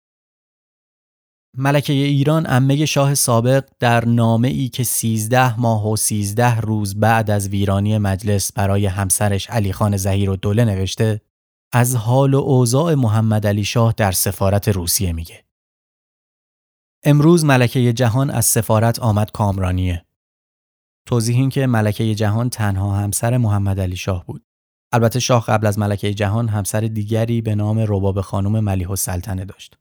ملکه ایران عمه شاه سابق در نامه‌ای که 13 ماه و 13 روز بعد از ویرانی مجلس برای همسرش علیخان ظهیرالدوله نوشته، از حال و اوضاع محمد علی شاه در سفارت روسیه میگه. امروز ملکه جهان از سفارت آمد کامرانیه. توضیح این که ملکه جهان تنها همسر محمد علی شاه بود. البته شاه قبل از ملکه جهان همسر دیگری به نام رباب خانم ملیح السلطنه داشت.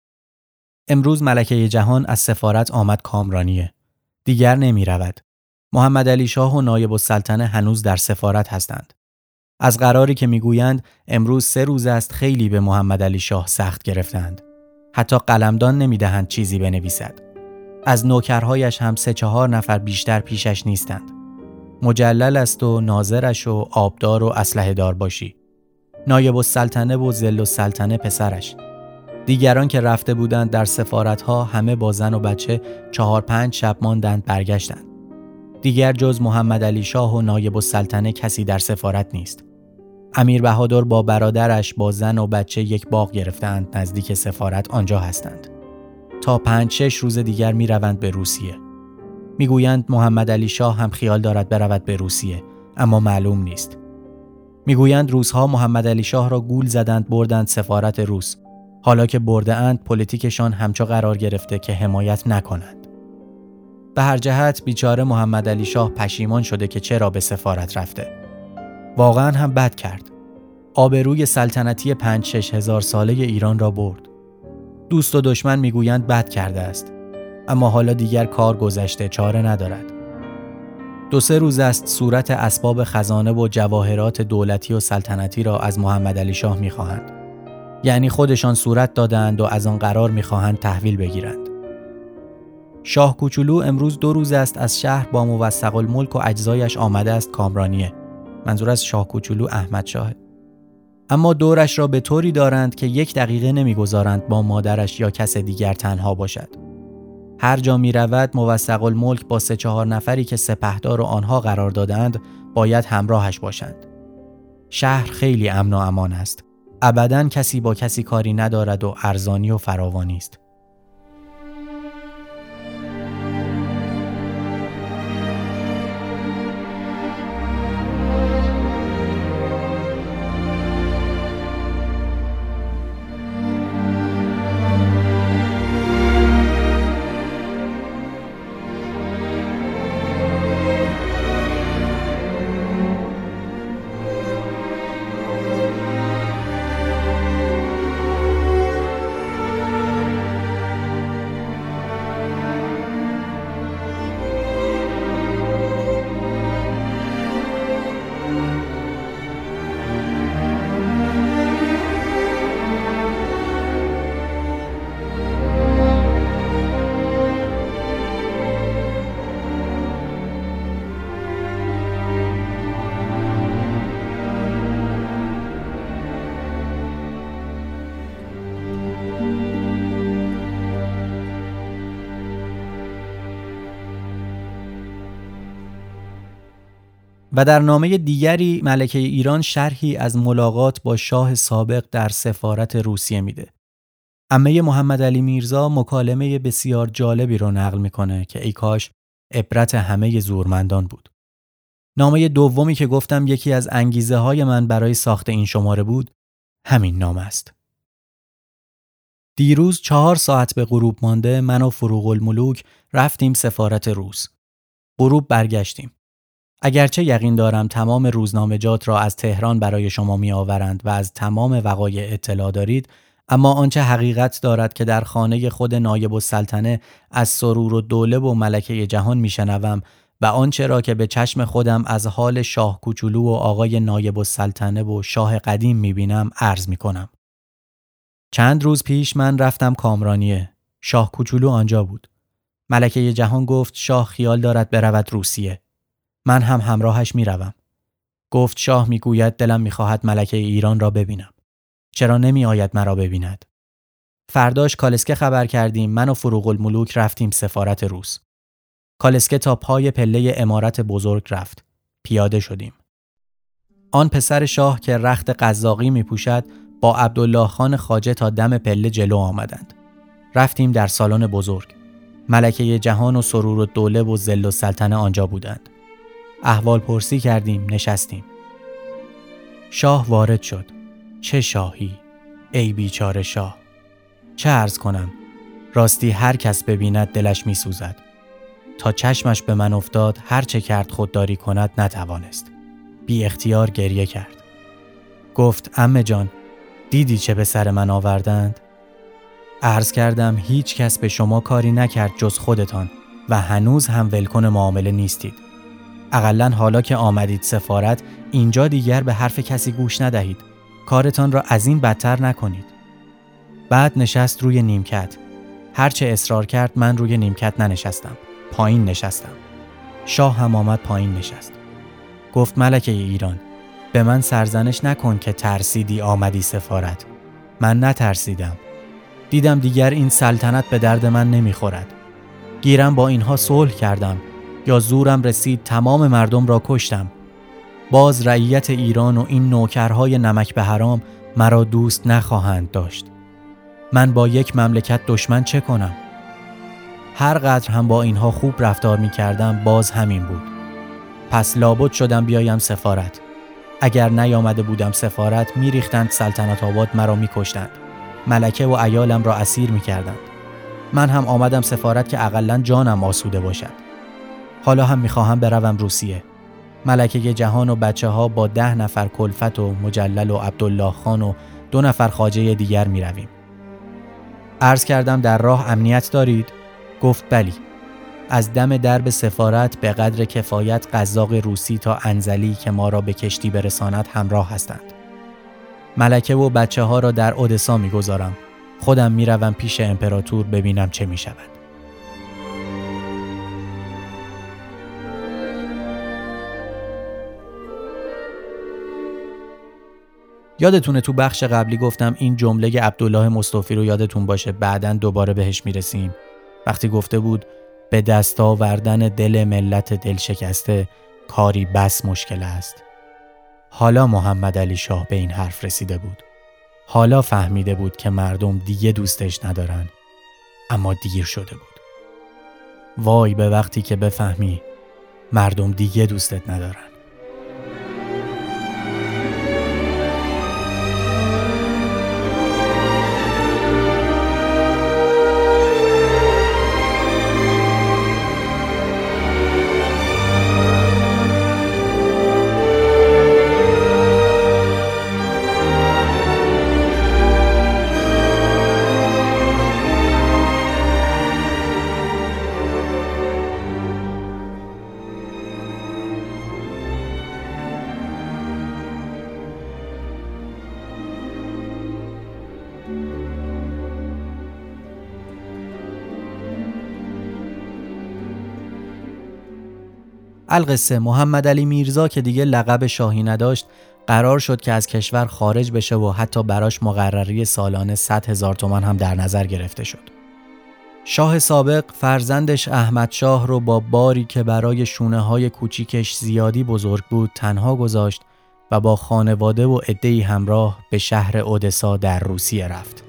امروز ملکه جهان از سفارت آمد کامرانیه. دیگر نمی رود. محمد علی شاه و نایب السلطنه هنوز در سفارت هستند. از قراری که میگویند امروز 3 روز است خیلی به محمد علی شاه سخت گرفتند. حتی قلمدان نمیدهند چیزی بنویسد. از نوکرهایش هم 3-4 نفر بیشتر پیشش نیستند. مجلل است و ناظرش و آبدار و اسلحه دار باشی. نایب السلطنه و ظل السلطنه پسرش. دیگران که رفته بودند در سفارتها همه با زن و بچه 4-5 شب ماندند برگشتند. دیگر جز محمد علی شاه و نایب السلطنه کسی در سفارت نیست. امیر بهادر با برادرش با زن و بچه یک باغ گرفتند نزدیک سفارت، آنجا هستند. تا 5-6 روز دیگر می روند به روسیه. می گویند محمد علی شاه هم خیال دارد برود به روسیه، اما معلوم نیست. می گویند روس‌ها محمد علی شاه را گول زدند بردند سفارت روس. حالا که برده اند پلیتیکشان همچو قرار گرفته که حمایت نکنند. به هر جهت بیچاره محمد علی شاه پشیمان شده که چرا به سفارت رفته. واقعا هم بد کرد. آبروی سلطنتی 5-6 هزار ساله ایران را برد. دوست و دشمن میگویند بد کرده است، اما حالا دیگر کار گذشته، چاره ندارد. 2-3 روز است صورت اسباب خزانه و جواهرات دولتی و سلطنتی را از محمد علی شاه میخواهند. یعنی خودشان صورت دادند و از آن قرار میخواهند تحویل بگیرند. شاه کوچولو امروز 2 روز است از شهر با موثق الملک و اجزایش آمده است کامرانیه. منظور از شاه کوچولو احمد شاه. اما دورش را به طوری دارند که 1 دقیقه نمیگذارند با مادرش یا کس دیگر تنها باشد. هر جا می رود موثق الملک با 3-4 نفری که سپهدار و آنها قرار دادند باید همراهش باشند. شهر خیلی امن و امان است. ابداً کسی با کسی کاری ندارد و ارزانی و فراوانی است. و در نامه دیگری ملکه ایران شرحی از ملاقات با شاه سابق در سفارت روسیه میده. عمه محمد علی میرزا مکالمه بسیار جالبی رو نقل میکنه که ای کاش عبرت همه زورمندان بود. نامه دومی که گفتم یکی از انگیزه های من برای ساخت این شماره بود، همین نامه است. دیروز 4 ساعت به غروب مانده من و فروغ الملوک رفتیم سفارت روس. غروب برگشتیم. اگرچه یقین دارم تمام روزنامه‌جات را از تهران برای شما می آورند و از تمام وقایع اطلاع دارید، اما آنچه حقیقت دارد که در خانه خود نایب السلطنه از سرور و دوله و ملکه جهان می شنوم و آنچه را که به چشم خودم از حال شاه کوچولو و آقای نایب السلطنه و شاه قدیم می بینم عرض می کنم. چند روز پیش من رفتم کامرانیه. شاه کوچولو آنجا بود. ملکه جهان گفت شاه خیال دارد برود روسیه. من هم همراهش می روم. گفت شاه میگوید دلم میخواهد ملکه ایران را ببینم. چرا نمی آید مرا ببیند؟ فرداش کالسکه خبر کردیم، من و فروغ الملوک رفتیم سفارت روس. کالسکه تا پای پله عمارت بزرگ رفت. پیاده شدیم. آن پسر شاه که رخت قزاقی می پوشد با عبدالله خان خواجه تا دم پله جلو آمدند. رفتیم در سالن بزرگ. ملکه جهان و سرور الدوله و ظل السلطنه آنجا بودند. احوال پرسی کردیم، نشستیم. شاه وارد شد. چه شاهی! ای بیچاره شاه! چه عرض کنم؟ راستی هر کس ببیند دلش می سوزد. تا چشمش به من افتاد هر چه کرد خودداری کند نتوانست. بی اختیار گریه کرد. گفت عمه جان، دیدی چه به سر من آوردند؟ عرض کردم هیچ کس به شما کاری نکرد جز خودتان و هنوز هم ولکن معامله نیستید. اقلن حالا که آمدید سفارت اینجا دیگر به حرف کسی گوش ندهید. کارتان را از این بدتر نکنید. بعد نشست روی نیمکت. هرچه اصرار کرد من روی نیمکت ننشستم. پایین نشستم. شاه هم آمد پایین نشست. گفت ملکه ایران، به من سرزنش نکن که ترسیدی آمدی سفارت. من نترسیدم. دیدم دیگر این سلطنت به درد من نمیخورد. گیرم با اینها صلح کردم یا زورم رسید تمام مردم را کشتم. باز رعیت ایران و این نوکرهای نمک به حرام مرا دوست نخواهند داشت. من با یک مملکت دشمن چه کنم؟ هر قدر هم با اینها خوب رفتار می کردم باز همین بود. پس لابد شدم بیایم سفارت. اگر نیامده بودم سفارت می ریختند سلطنت آباد، مرا می کشتند. ملکه و عیالم را اسیر می کردند. من هم آمدم سفارت که اقلن جانم آسوده باشد. حالا هم می خواهم بروم روسیه. ملکه جهان و بچه ها با 10 نفر کلفت و مجلل و عبدالله خان و 2 نفر خواجه دیگر می رویم. عرض کردم در راه امنیت دارید؟ گفت بلی. از دم درب سفارت به قدر کفایت قزاق روسی تا انزلی که ما را به کشتی برساند همراه هستند. ملکه و بچه ها را در اودسا می گذارم. خودم می روم پیش امپراتور ببینم چه می شود. یادتونه تو بخش قبلی گفتم این جمله عبدالله مصطفی رو یادتون باشه، بعداً دوباره بهش میرسیم. وقتی گفته بود به دست آوردن دل ملت دل شکسته کاری بس مشکل است. حالا محمد علی شاه به این حرف رسیده بود. حالا فهمیده بود که مردم دیگه دوستش ندارن. اما دیر شده بود. وای به وقتی که بفهمی مردم دیگه دوستت ندارن. القصه محمد علی میرزا که دیگه لقب شاهی نداشت قرار شد که از کشور خارج بشه و حتی براش مقرری سالانه 100,000 تومان هم در نظر گرفته شد. شاه سابق فرزندش احمد شاه رو با باری که برای شونه های کوچیکش زیادی بزرگ بود تنها گذاشت و با خانواده و عده‌ای همراه به شهر اودسا در روسیه رفت.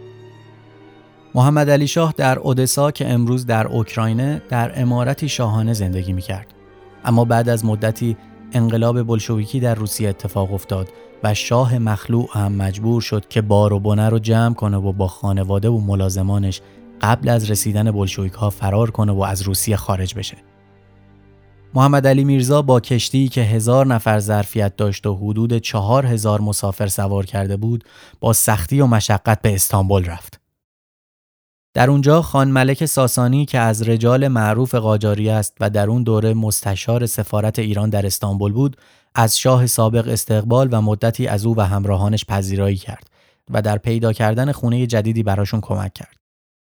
محمد علی شاه در اودسا که امروز در اوکراینه در عمارتی شاهانه زندگی می‌کرد. اما بعد از مدتی انقلاب بلشویکی در روسیه اتفاق افتاد و شاه مخلوع هم مجبور شد که بار و بنه رو جمع کنه و با خانواده و ملازمانش قبل از رسیدن بلشویک‌ها فرار کنه و از روسیه خارج بشه. محمد علی میرزا با کشتی که 1000 نفر ظرفیت داشت و حدود 4000 مسافر سوار کرده بود با سختی و مشقت به استانبول رفت. در اونجا خان ملک ساسانی که از رجال معروف قاجاری است و در اون دوره مستشار سفارت ایران در استانبول بود، از شاه سابق استقبال و مدتی از او و همراهانش پذیرایی کرد و در پیدا کردن خونه جدیدی براشون کمک کرد.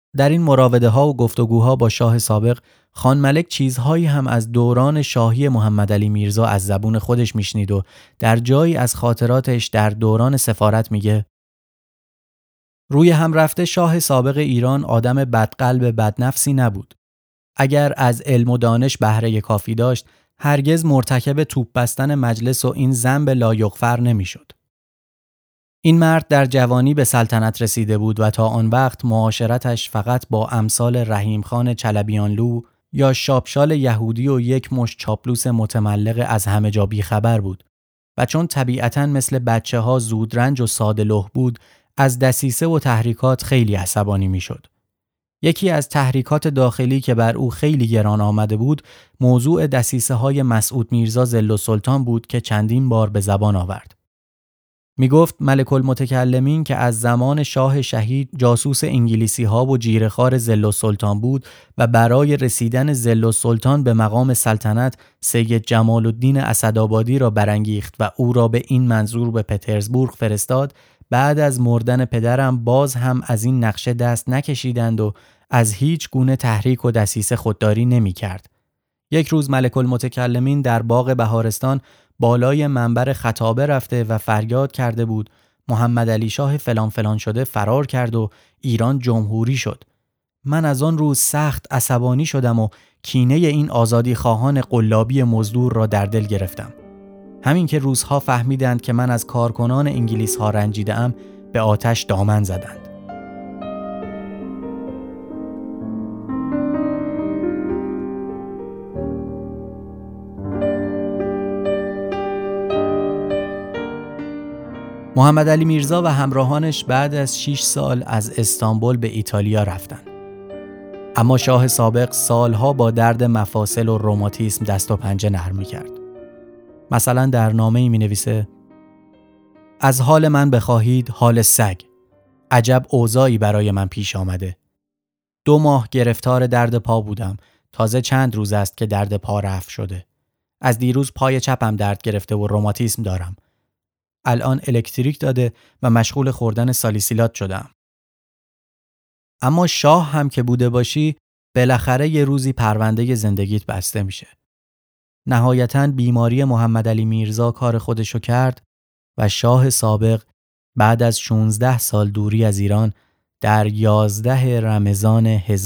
در این مراوده‌ها و گفتگوها با شاه سابق، خان ملک چیزهایی هم از دوران شاهی محمد علی میرزا از زبون خودش میشنید و در جایی از خاطراتش در دوران سفارت میگه: روی هم رفته شاه سابق ایران آدم بدقلب بدنفسی نبود. اگر از علم و دانش بهره کافی داشت، هرگز مرتکب توپ بستن مجلس و این ذنب لایغفر نمیشد. این مرد در جوانی به سلطنت رسیده بود و تا آن وقت معاشرتش فقط با امثال رحیم خان چلبیانلو یا شاپشال یهودی و یک مشت چاپلوس متملق از همه جا بی خبر بود و چون طبیعتاً مثل بچه ها زودرنج و ساده لوح بود، از دسیسه و تحریکات خیلی عصبانی می شد. یکی از تحریکات داخلی که بر او خیلی گران آمده بود، موضوع دسیسه های مسعود میرزا ظل‌السلطان بود که چندین بار به زبان آورد. می گفت ملک المتکلمین که از زمان شاه شهید جاسوس انگلیسی ها و جیره‌خوار ظل‌السلطان بود و برای رسیدن ظل‌السلطان به مقام سلطنت سید جمال الدین اسدآبادی را برانگیخت و او را به این منظور به پترزبورگ فرستاد. بعد از مردن پدرم باز هم از این نقشه دست نکشیدند و از هیچ گونه تحریک و دسیسه خودداری نمی کرد. یک روز ملک المتکلمین در باغ بهارستان بالای منبر خطابه رفته و فریاد کرده بود محمد علی شاه فلان فلان شده فرار کرد و ایران جمهوری شد. من از آن روز سخت عصبانی شدم و کینه این آزادی خواهان قلابی مزدور را در دل گرفتم. همین که روزها فهمیدند که من از کارکنان انگلیس ها رنجیده‌ام، به آتش دامن زدند. محمد علی میرزا و همراهانش بعد از 6 سال از استانبول به ایتالیا رفتند. اما شاه سابق سالها با درد مفاصل و روماتیسم دست و پنجه نرم می‌کرد. مثلا در نامه‌ای می‌نویسه: از حال من بخواهید حال سگ. عجب اوضاعی برای من پیش آمده. 2 ماه گرفتار درد پا بودم. تازه چند روز است که درد پا رفع شده. از دیروز پای چپم درد گرفته و روماتیسم دارم. الان الکتریک داده و مشغول خوردن سالیسیلات شدم. اما شاه هم که بوده باشی، بالاخره یه روزی پرونده زندگیت بسته میشه. نهایتاً بیماری محمد علی میرزا کار خودشو کرد و شاه سابق بعد از 16 سال دوری از ایران در 11 رمضان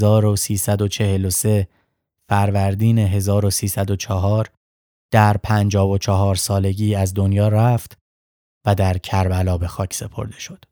1343 فروردین 1304 در 54 سالگی از دنیا رفت و در کربلا به خاک سپرده شد.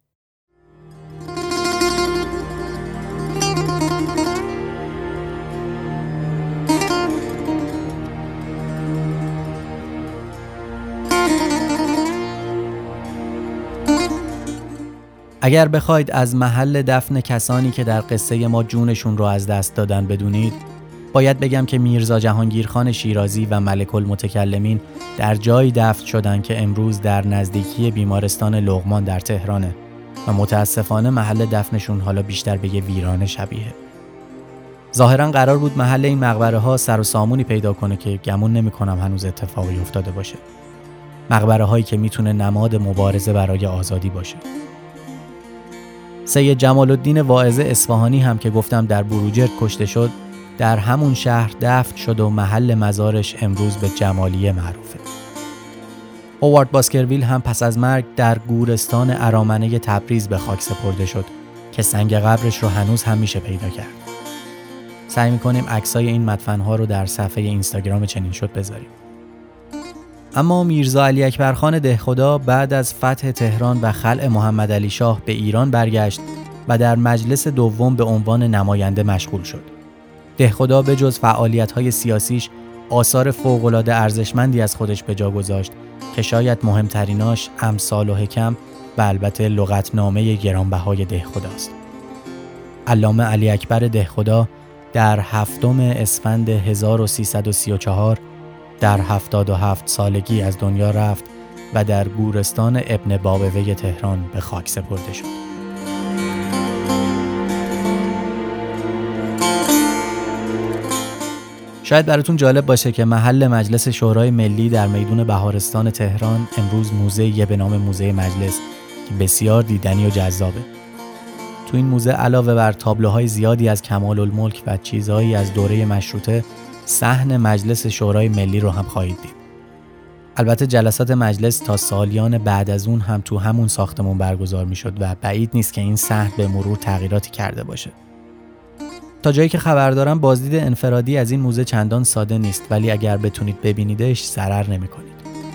اگر بخواید از محل دفن کسانی که در قصه ما جونشون رو از دست دادن بدونید، باید بگم که میرزا جهانگیرخان شیرازی و ملک المتکلمین در جایی دفن شدن که امروز در نزدیکی بیمارستان لقمان در تهرانه و متاسفانه محل دفنشون حالا بیشتر به یه ویرانه شبیه. ظاهراً قرار بود محل این مقبره ها سر و سامونی پیدا کنه که گمون نمی کنم هنوز اتفاقی افتاده باشه. مقبره هایی که میتونه نماد مبارزه برای آزادی باشه. سید جمال الدین واعظ اصفهانی هم که گفتم در بروجرد کشته شد، در همون شهر دفن شد و محل مزارش امروز به جمالیه معروفه. هوارد باسکرویل هم پس از مرگ در گورستان ارامنه تبریز به خاک سپرده شد که سنگ قبرش رو هنوز هم میشه پیدا کرد. سعی میکنیم عکسای این مدفن‌ها رو در صفحه اینستاگرام چنین شد بذاریم. اما میرزا علی اکبرخان دهخدا بعد از فتح تهران و خلع محمد علی شاه به ایران برگشت و در مجلس دوم به عنوان نماینده مشغول شد. دهخدا به جز فعالیت‌های سیاسیش آثار فوق‌العاده ارزشمندی از خودش به جا گذاشت که شاید مهمتریناش امثال و حکم و البته لغتنامه گرانبهای دهخداست. علامه علی اکبر دهخدا در 7 اسفند 1334 در 77 سالگی از دنیا رفت و در گورستان ابن بابوی تهران به خاک سپرده شد. شاید براتون جالب باشه که محل مجلس شورای ملی در میدون بهارستان تهران امروز موزه‌ای به نام موزه مجلس که بسیار دیدنی و جذابه. تو این موزه علاوه بر تابلوهای زیادی از کمال الملک و چیزهایی از دوره مشروطه، صحن مجلس شورای ملی رو هم خواهید دید. البته جلسات مجلس تا سالیان بعد از اون هم تو همون ساختمون برگزار میشد و بعید نیست که این صحن به مرور تغییراتی کرده باشه. تا جایی که خبر دارم بازدید انفرادی از این موزه چندان ساده نیست، ولی اگر بتونید ببینیدش ضرر نمی‌کنید.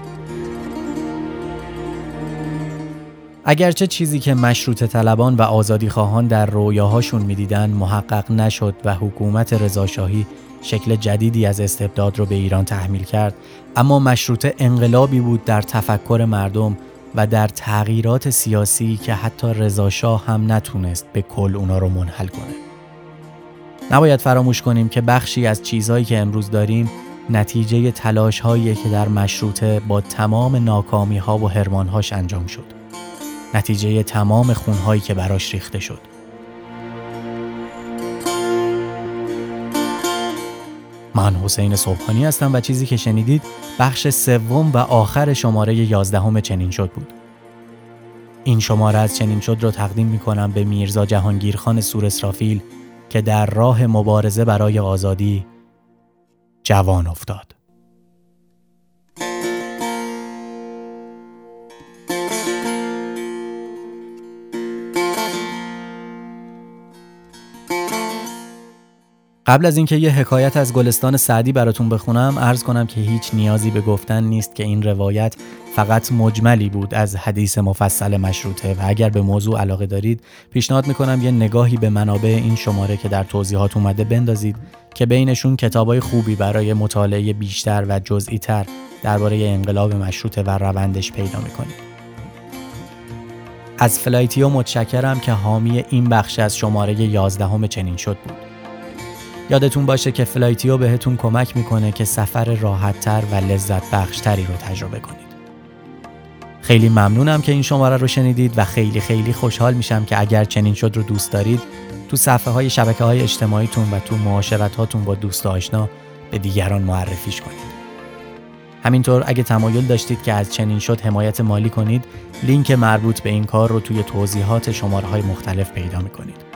اگرچه چیزی که مشروطه طلبان و آزادی خواهان در رویاهاشون می‌دیدن محقق نشد و حکومت رضاشاهی شکل جدیدی از استبداد رو به ایران تحمیل کرد، اما مشروطه انقلابی بود در تفکر مردم و در تغییرات سیاسی که حتی رضاشاه هم نتونست به کل اونا رو منحل کنه. نباید فراموش کنیم که بخشی از چیزهایی که امروز داریم نتیجه تلاش‌هایی که در مشروطه با تمام ناکامی‌ها و حرمان‌هاش انجام شد. نتیجه تمام خون‌هایی که براش ریخته شد. من حسین صبحانی هستم و چیزی که شنیدید بخش سوم و آخر شماره 11 چنین شد بود. این شماره از چنین شد رو تقدیم می‌کنم به میرزا جهانگیرخان سوراسرافیل که در راه مبارزه برای آزادی جوان افتاد. قبل از اینکه یه حکایت از گلستان سعدی براتون بخونم، عرض کنم که هیچ نیازی به گفتن نیست که این روایت فقط مجملی بود از حدیث مفصل مشروطه و اگر به موضوع علاقه دارید پیشنهاد میکنم یه نگاهی به منابع این شماره که در توضیحات اومده بندازید که بینشون کتابای خوبی برای مطالعه بیشتر و جزئی تر درباره انقلاب مشروطه و روندش پیدا میکنید. از فلایتیو متشکرم که حامی این بخش از شماره 11 چنین شد بود. یادتون باشه که فلایتیو بهتون کمک میکنه که سفر راحت‌تر و لذت بخشتری رو تجربه کنید. خیلی ممنونم که این شماره رو شنیدید و خیلی خیلی خوشحال میشم که اگر چنین شد رو دوست دارید تو صفحه‌های شبکه‌های اجتماعیتون و تو معاشرت‌هاتون با دوست آشنا به دیگران معرفیش کنید. همینطور اگه تمایل داشتید که از چنین شد حمایت مالی کنید، لینک مربوط به این کار رو توی توضیحات شماره‌های مختلف پیدا میکنید.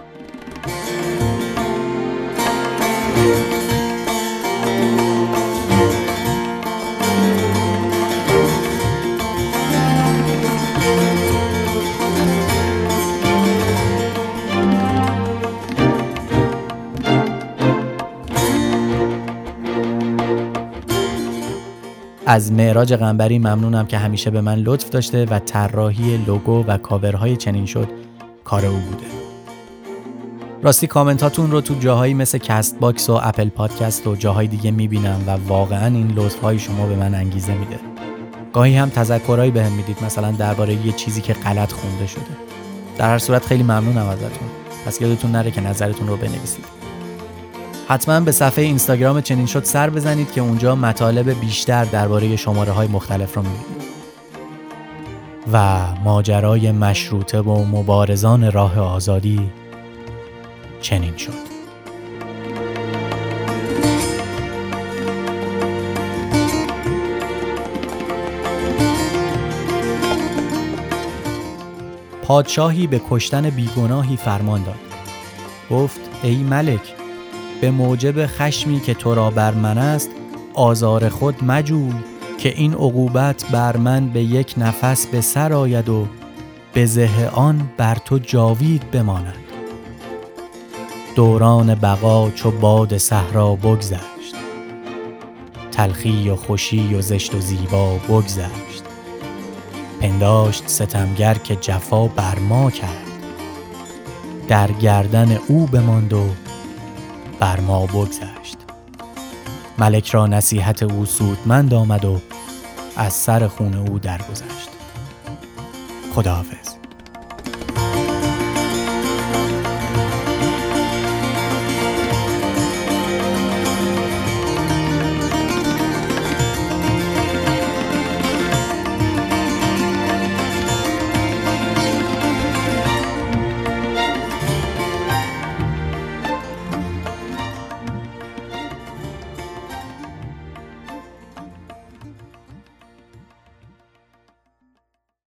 از معراج قنبری ممنونم که همیشه به من لطف داشته و طراحی لوگو و کاورهای چنین شد کار او بوده. راستی کامنتاتون رو تو جاهایی مثل کست باکس و اپل پادکست و جاهای دیگه میبینم و واقعا این لطفهای شما به من انگیزه میده. گاهی هم تذکرایی بهم میدید، مثلا درباره یه چیزی که غلط خونده شده. در هر صورت خیلی ممنونم ازتون. پس یادتون نره که نظرتون رو بنویسید. حتما به صفحه اینستاگرام چنین شد سر بزنید که اونجا مطالب بیشتر درباره شماره‌های مختلف رو می‌بینید. و ماجرای مشروطه و مبارزان راه آزادی چنین شد. پادشاهی به کشتن بیگناهی فرمان داد. گفت ای ملک، به موجب خشمی که تو را بر من است آزار خود مجوی که این عقوبت بر من به یک نفس به سر آید و به زه آن بر تو جاوید بماند. دوران بقا چو باد صحرا بگذشت، تلخی و خوشی و زشت و زیبا بگذشت. پنداشت ستمگر که جفا بر ما کرد، در گردن او بماند و بر ما بگذشت. ملک را نصیحت او سودمند آمد و از سر خون او درگذشت. خداحافظ.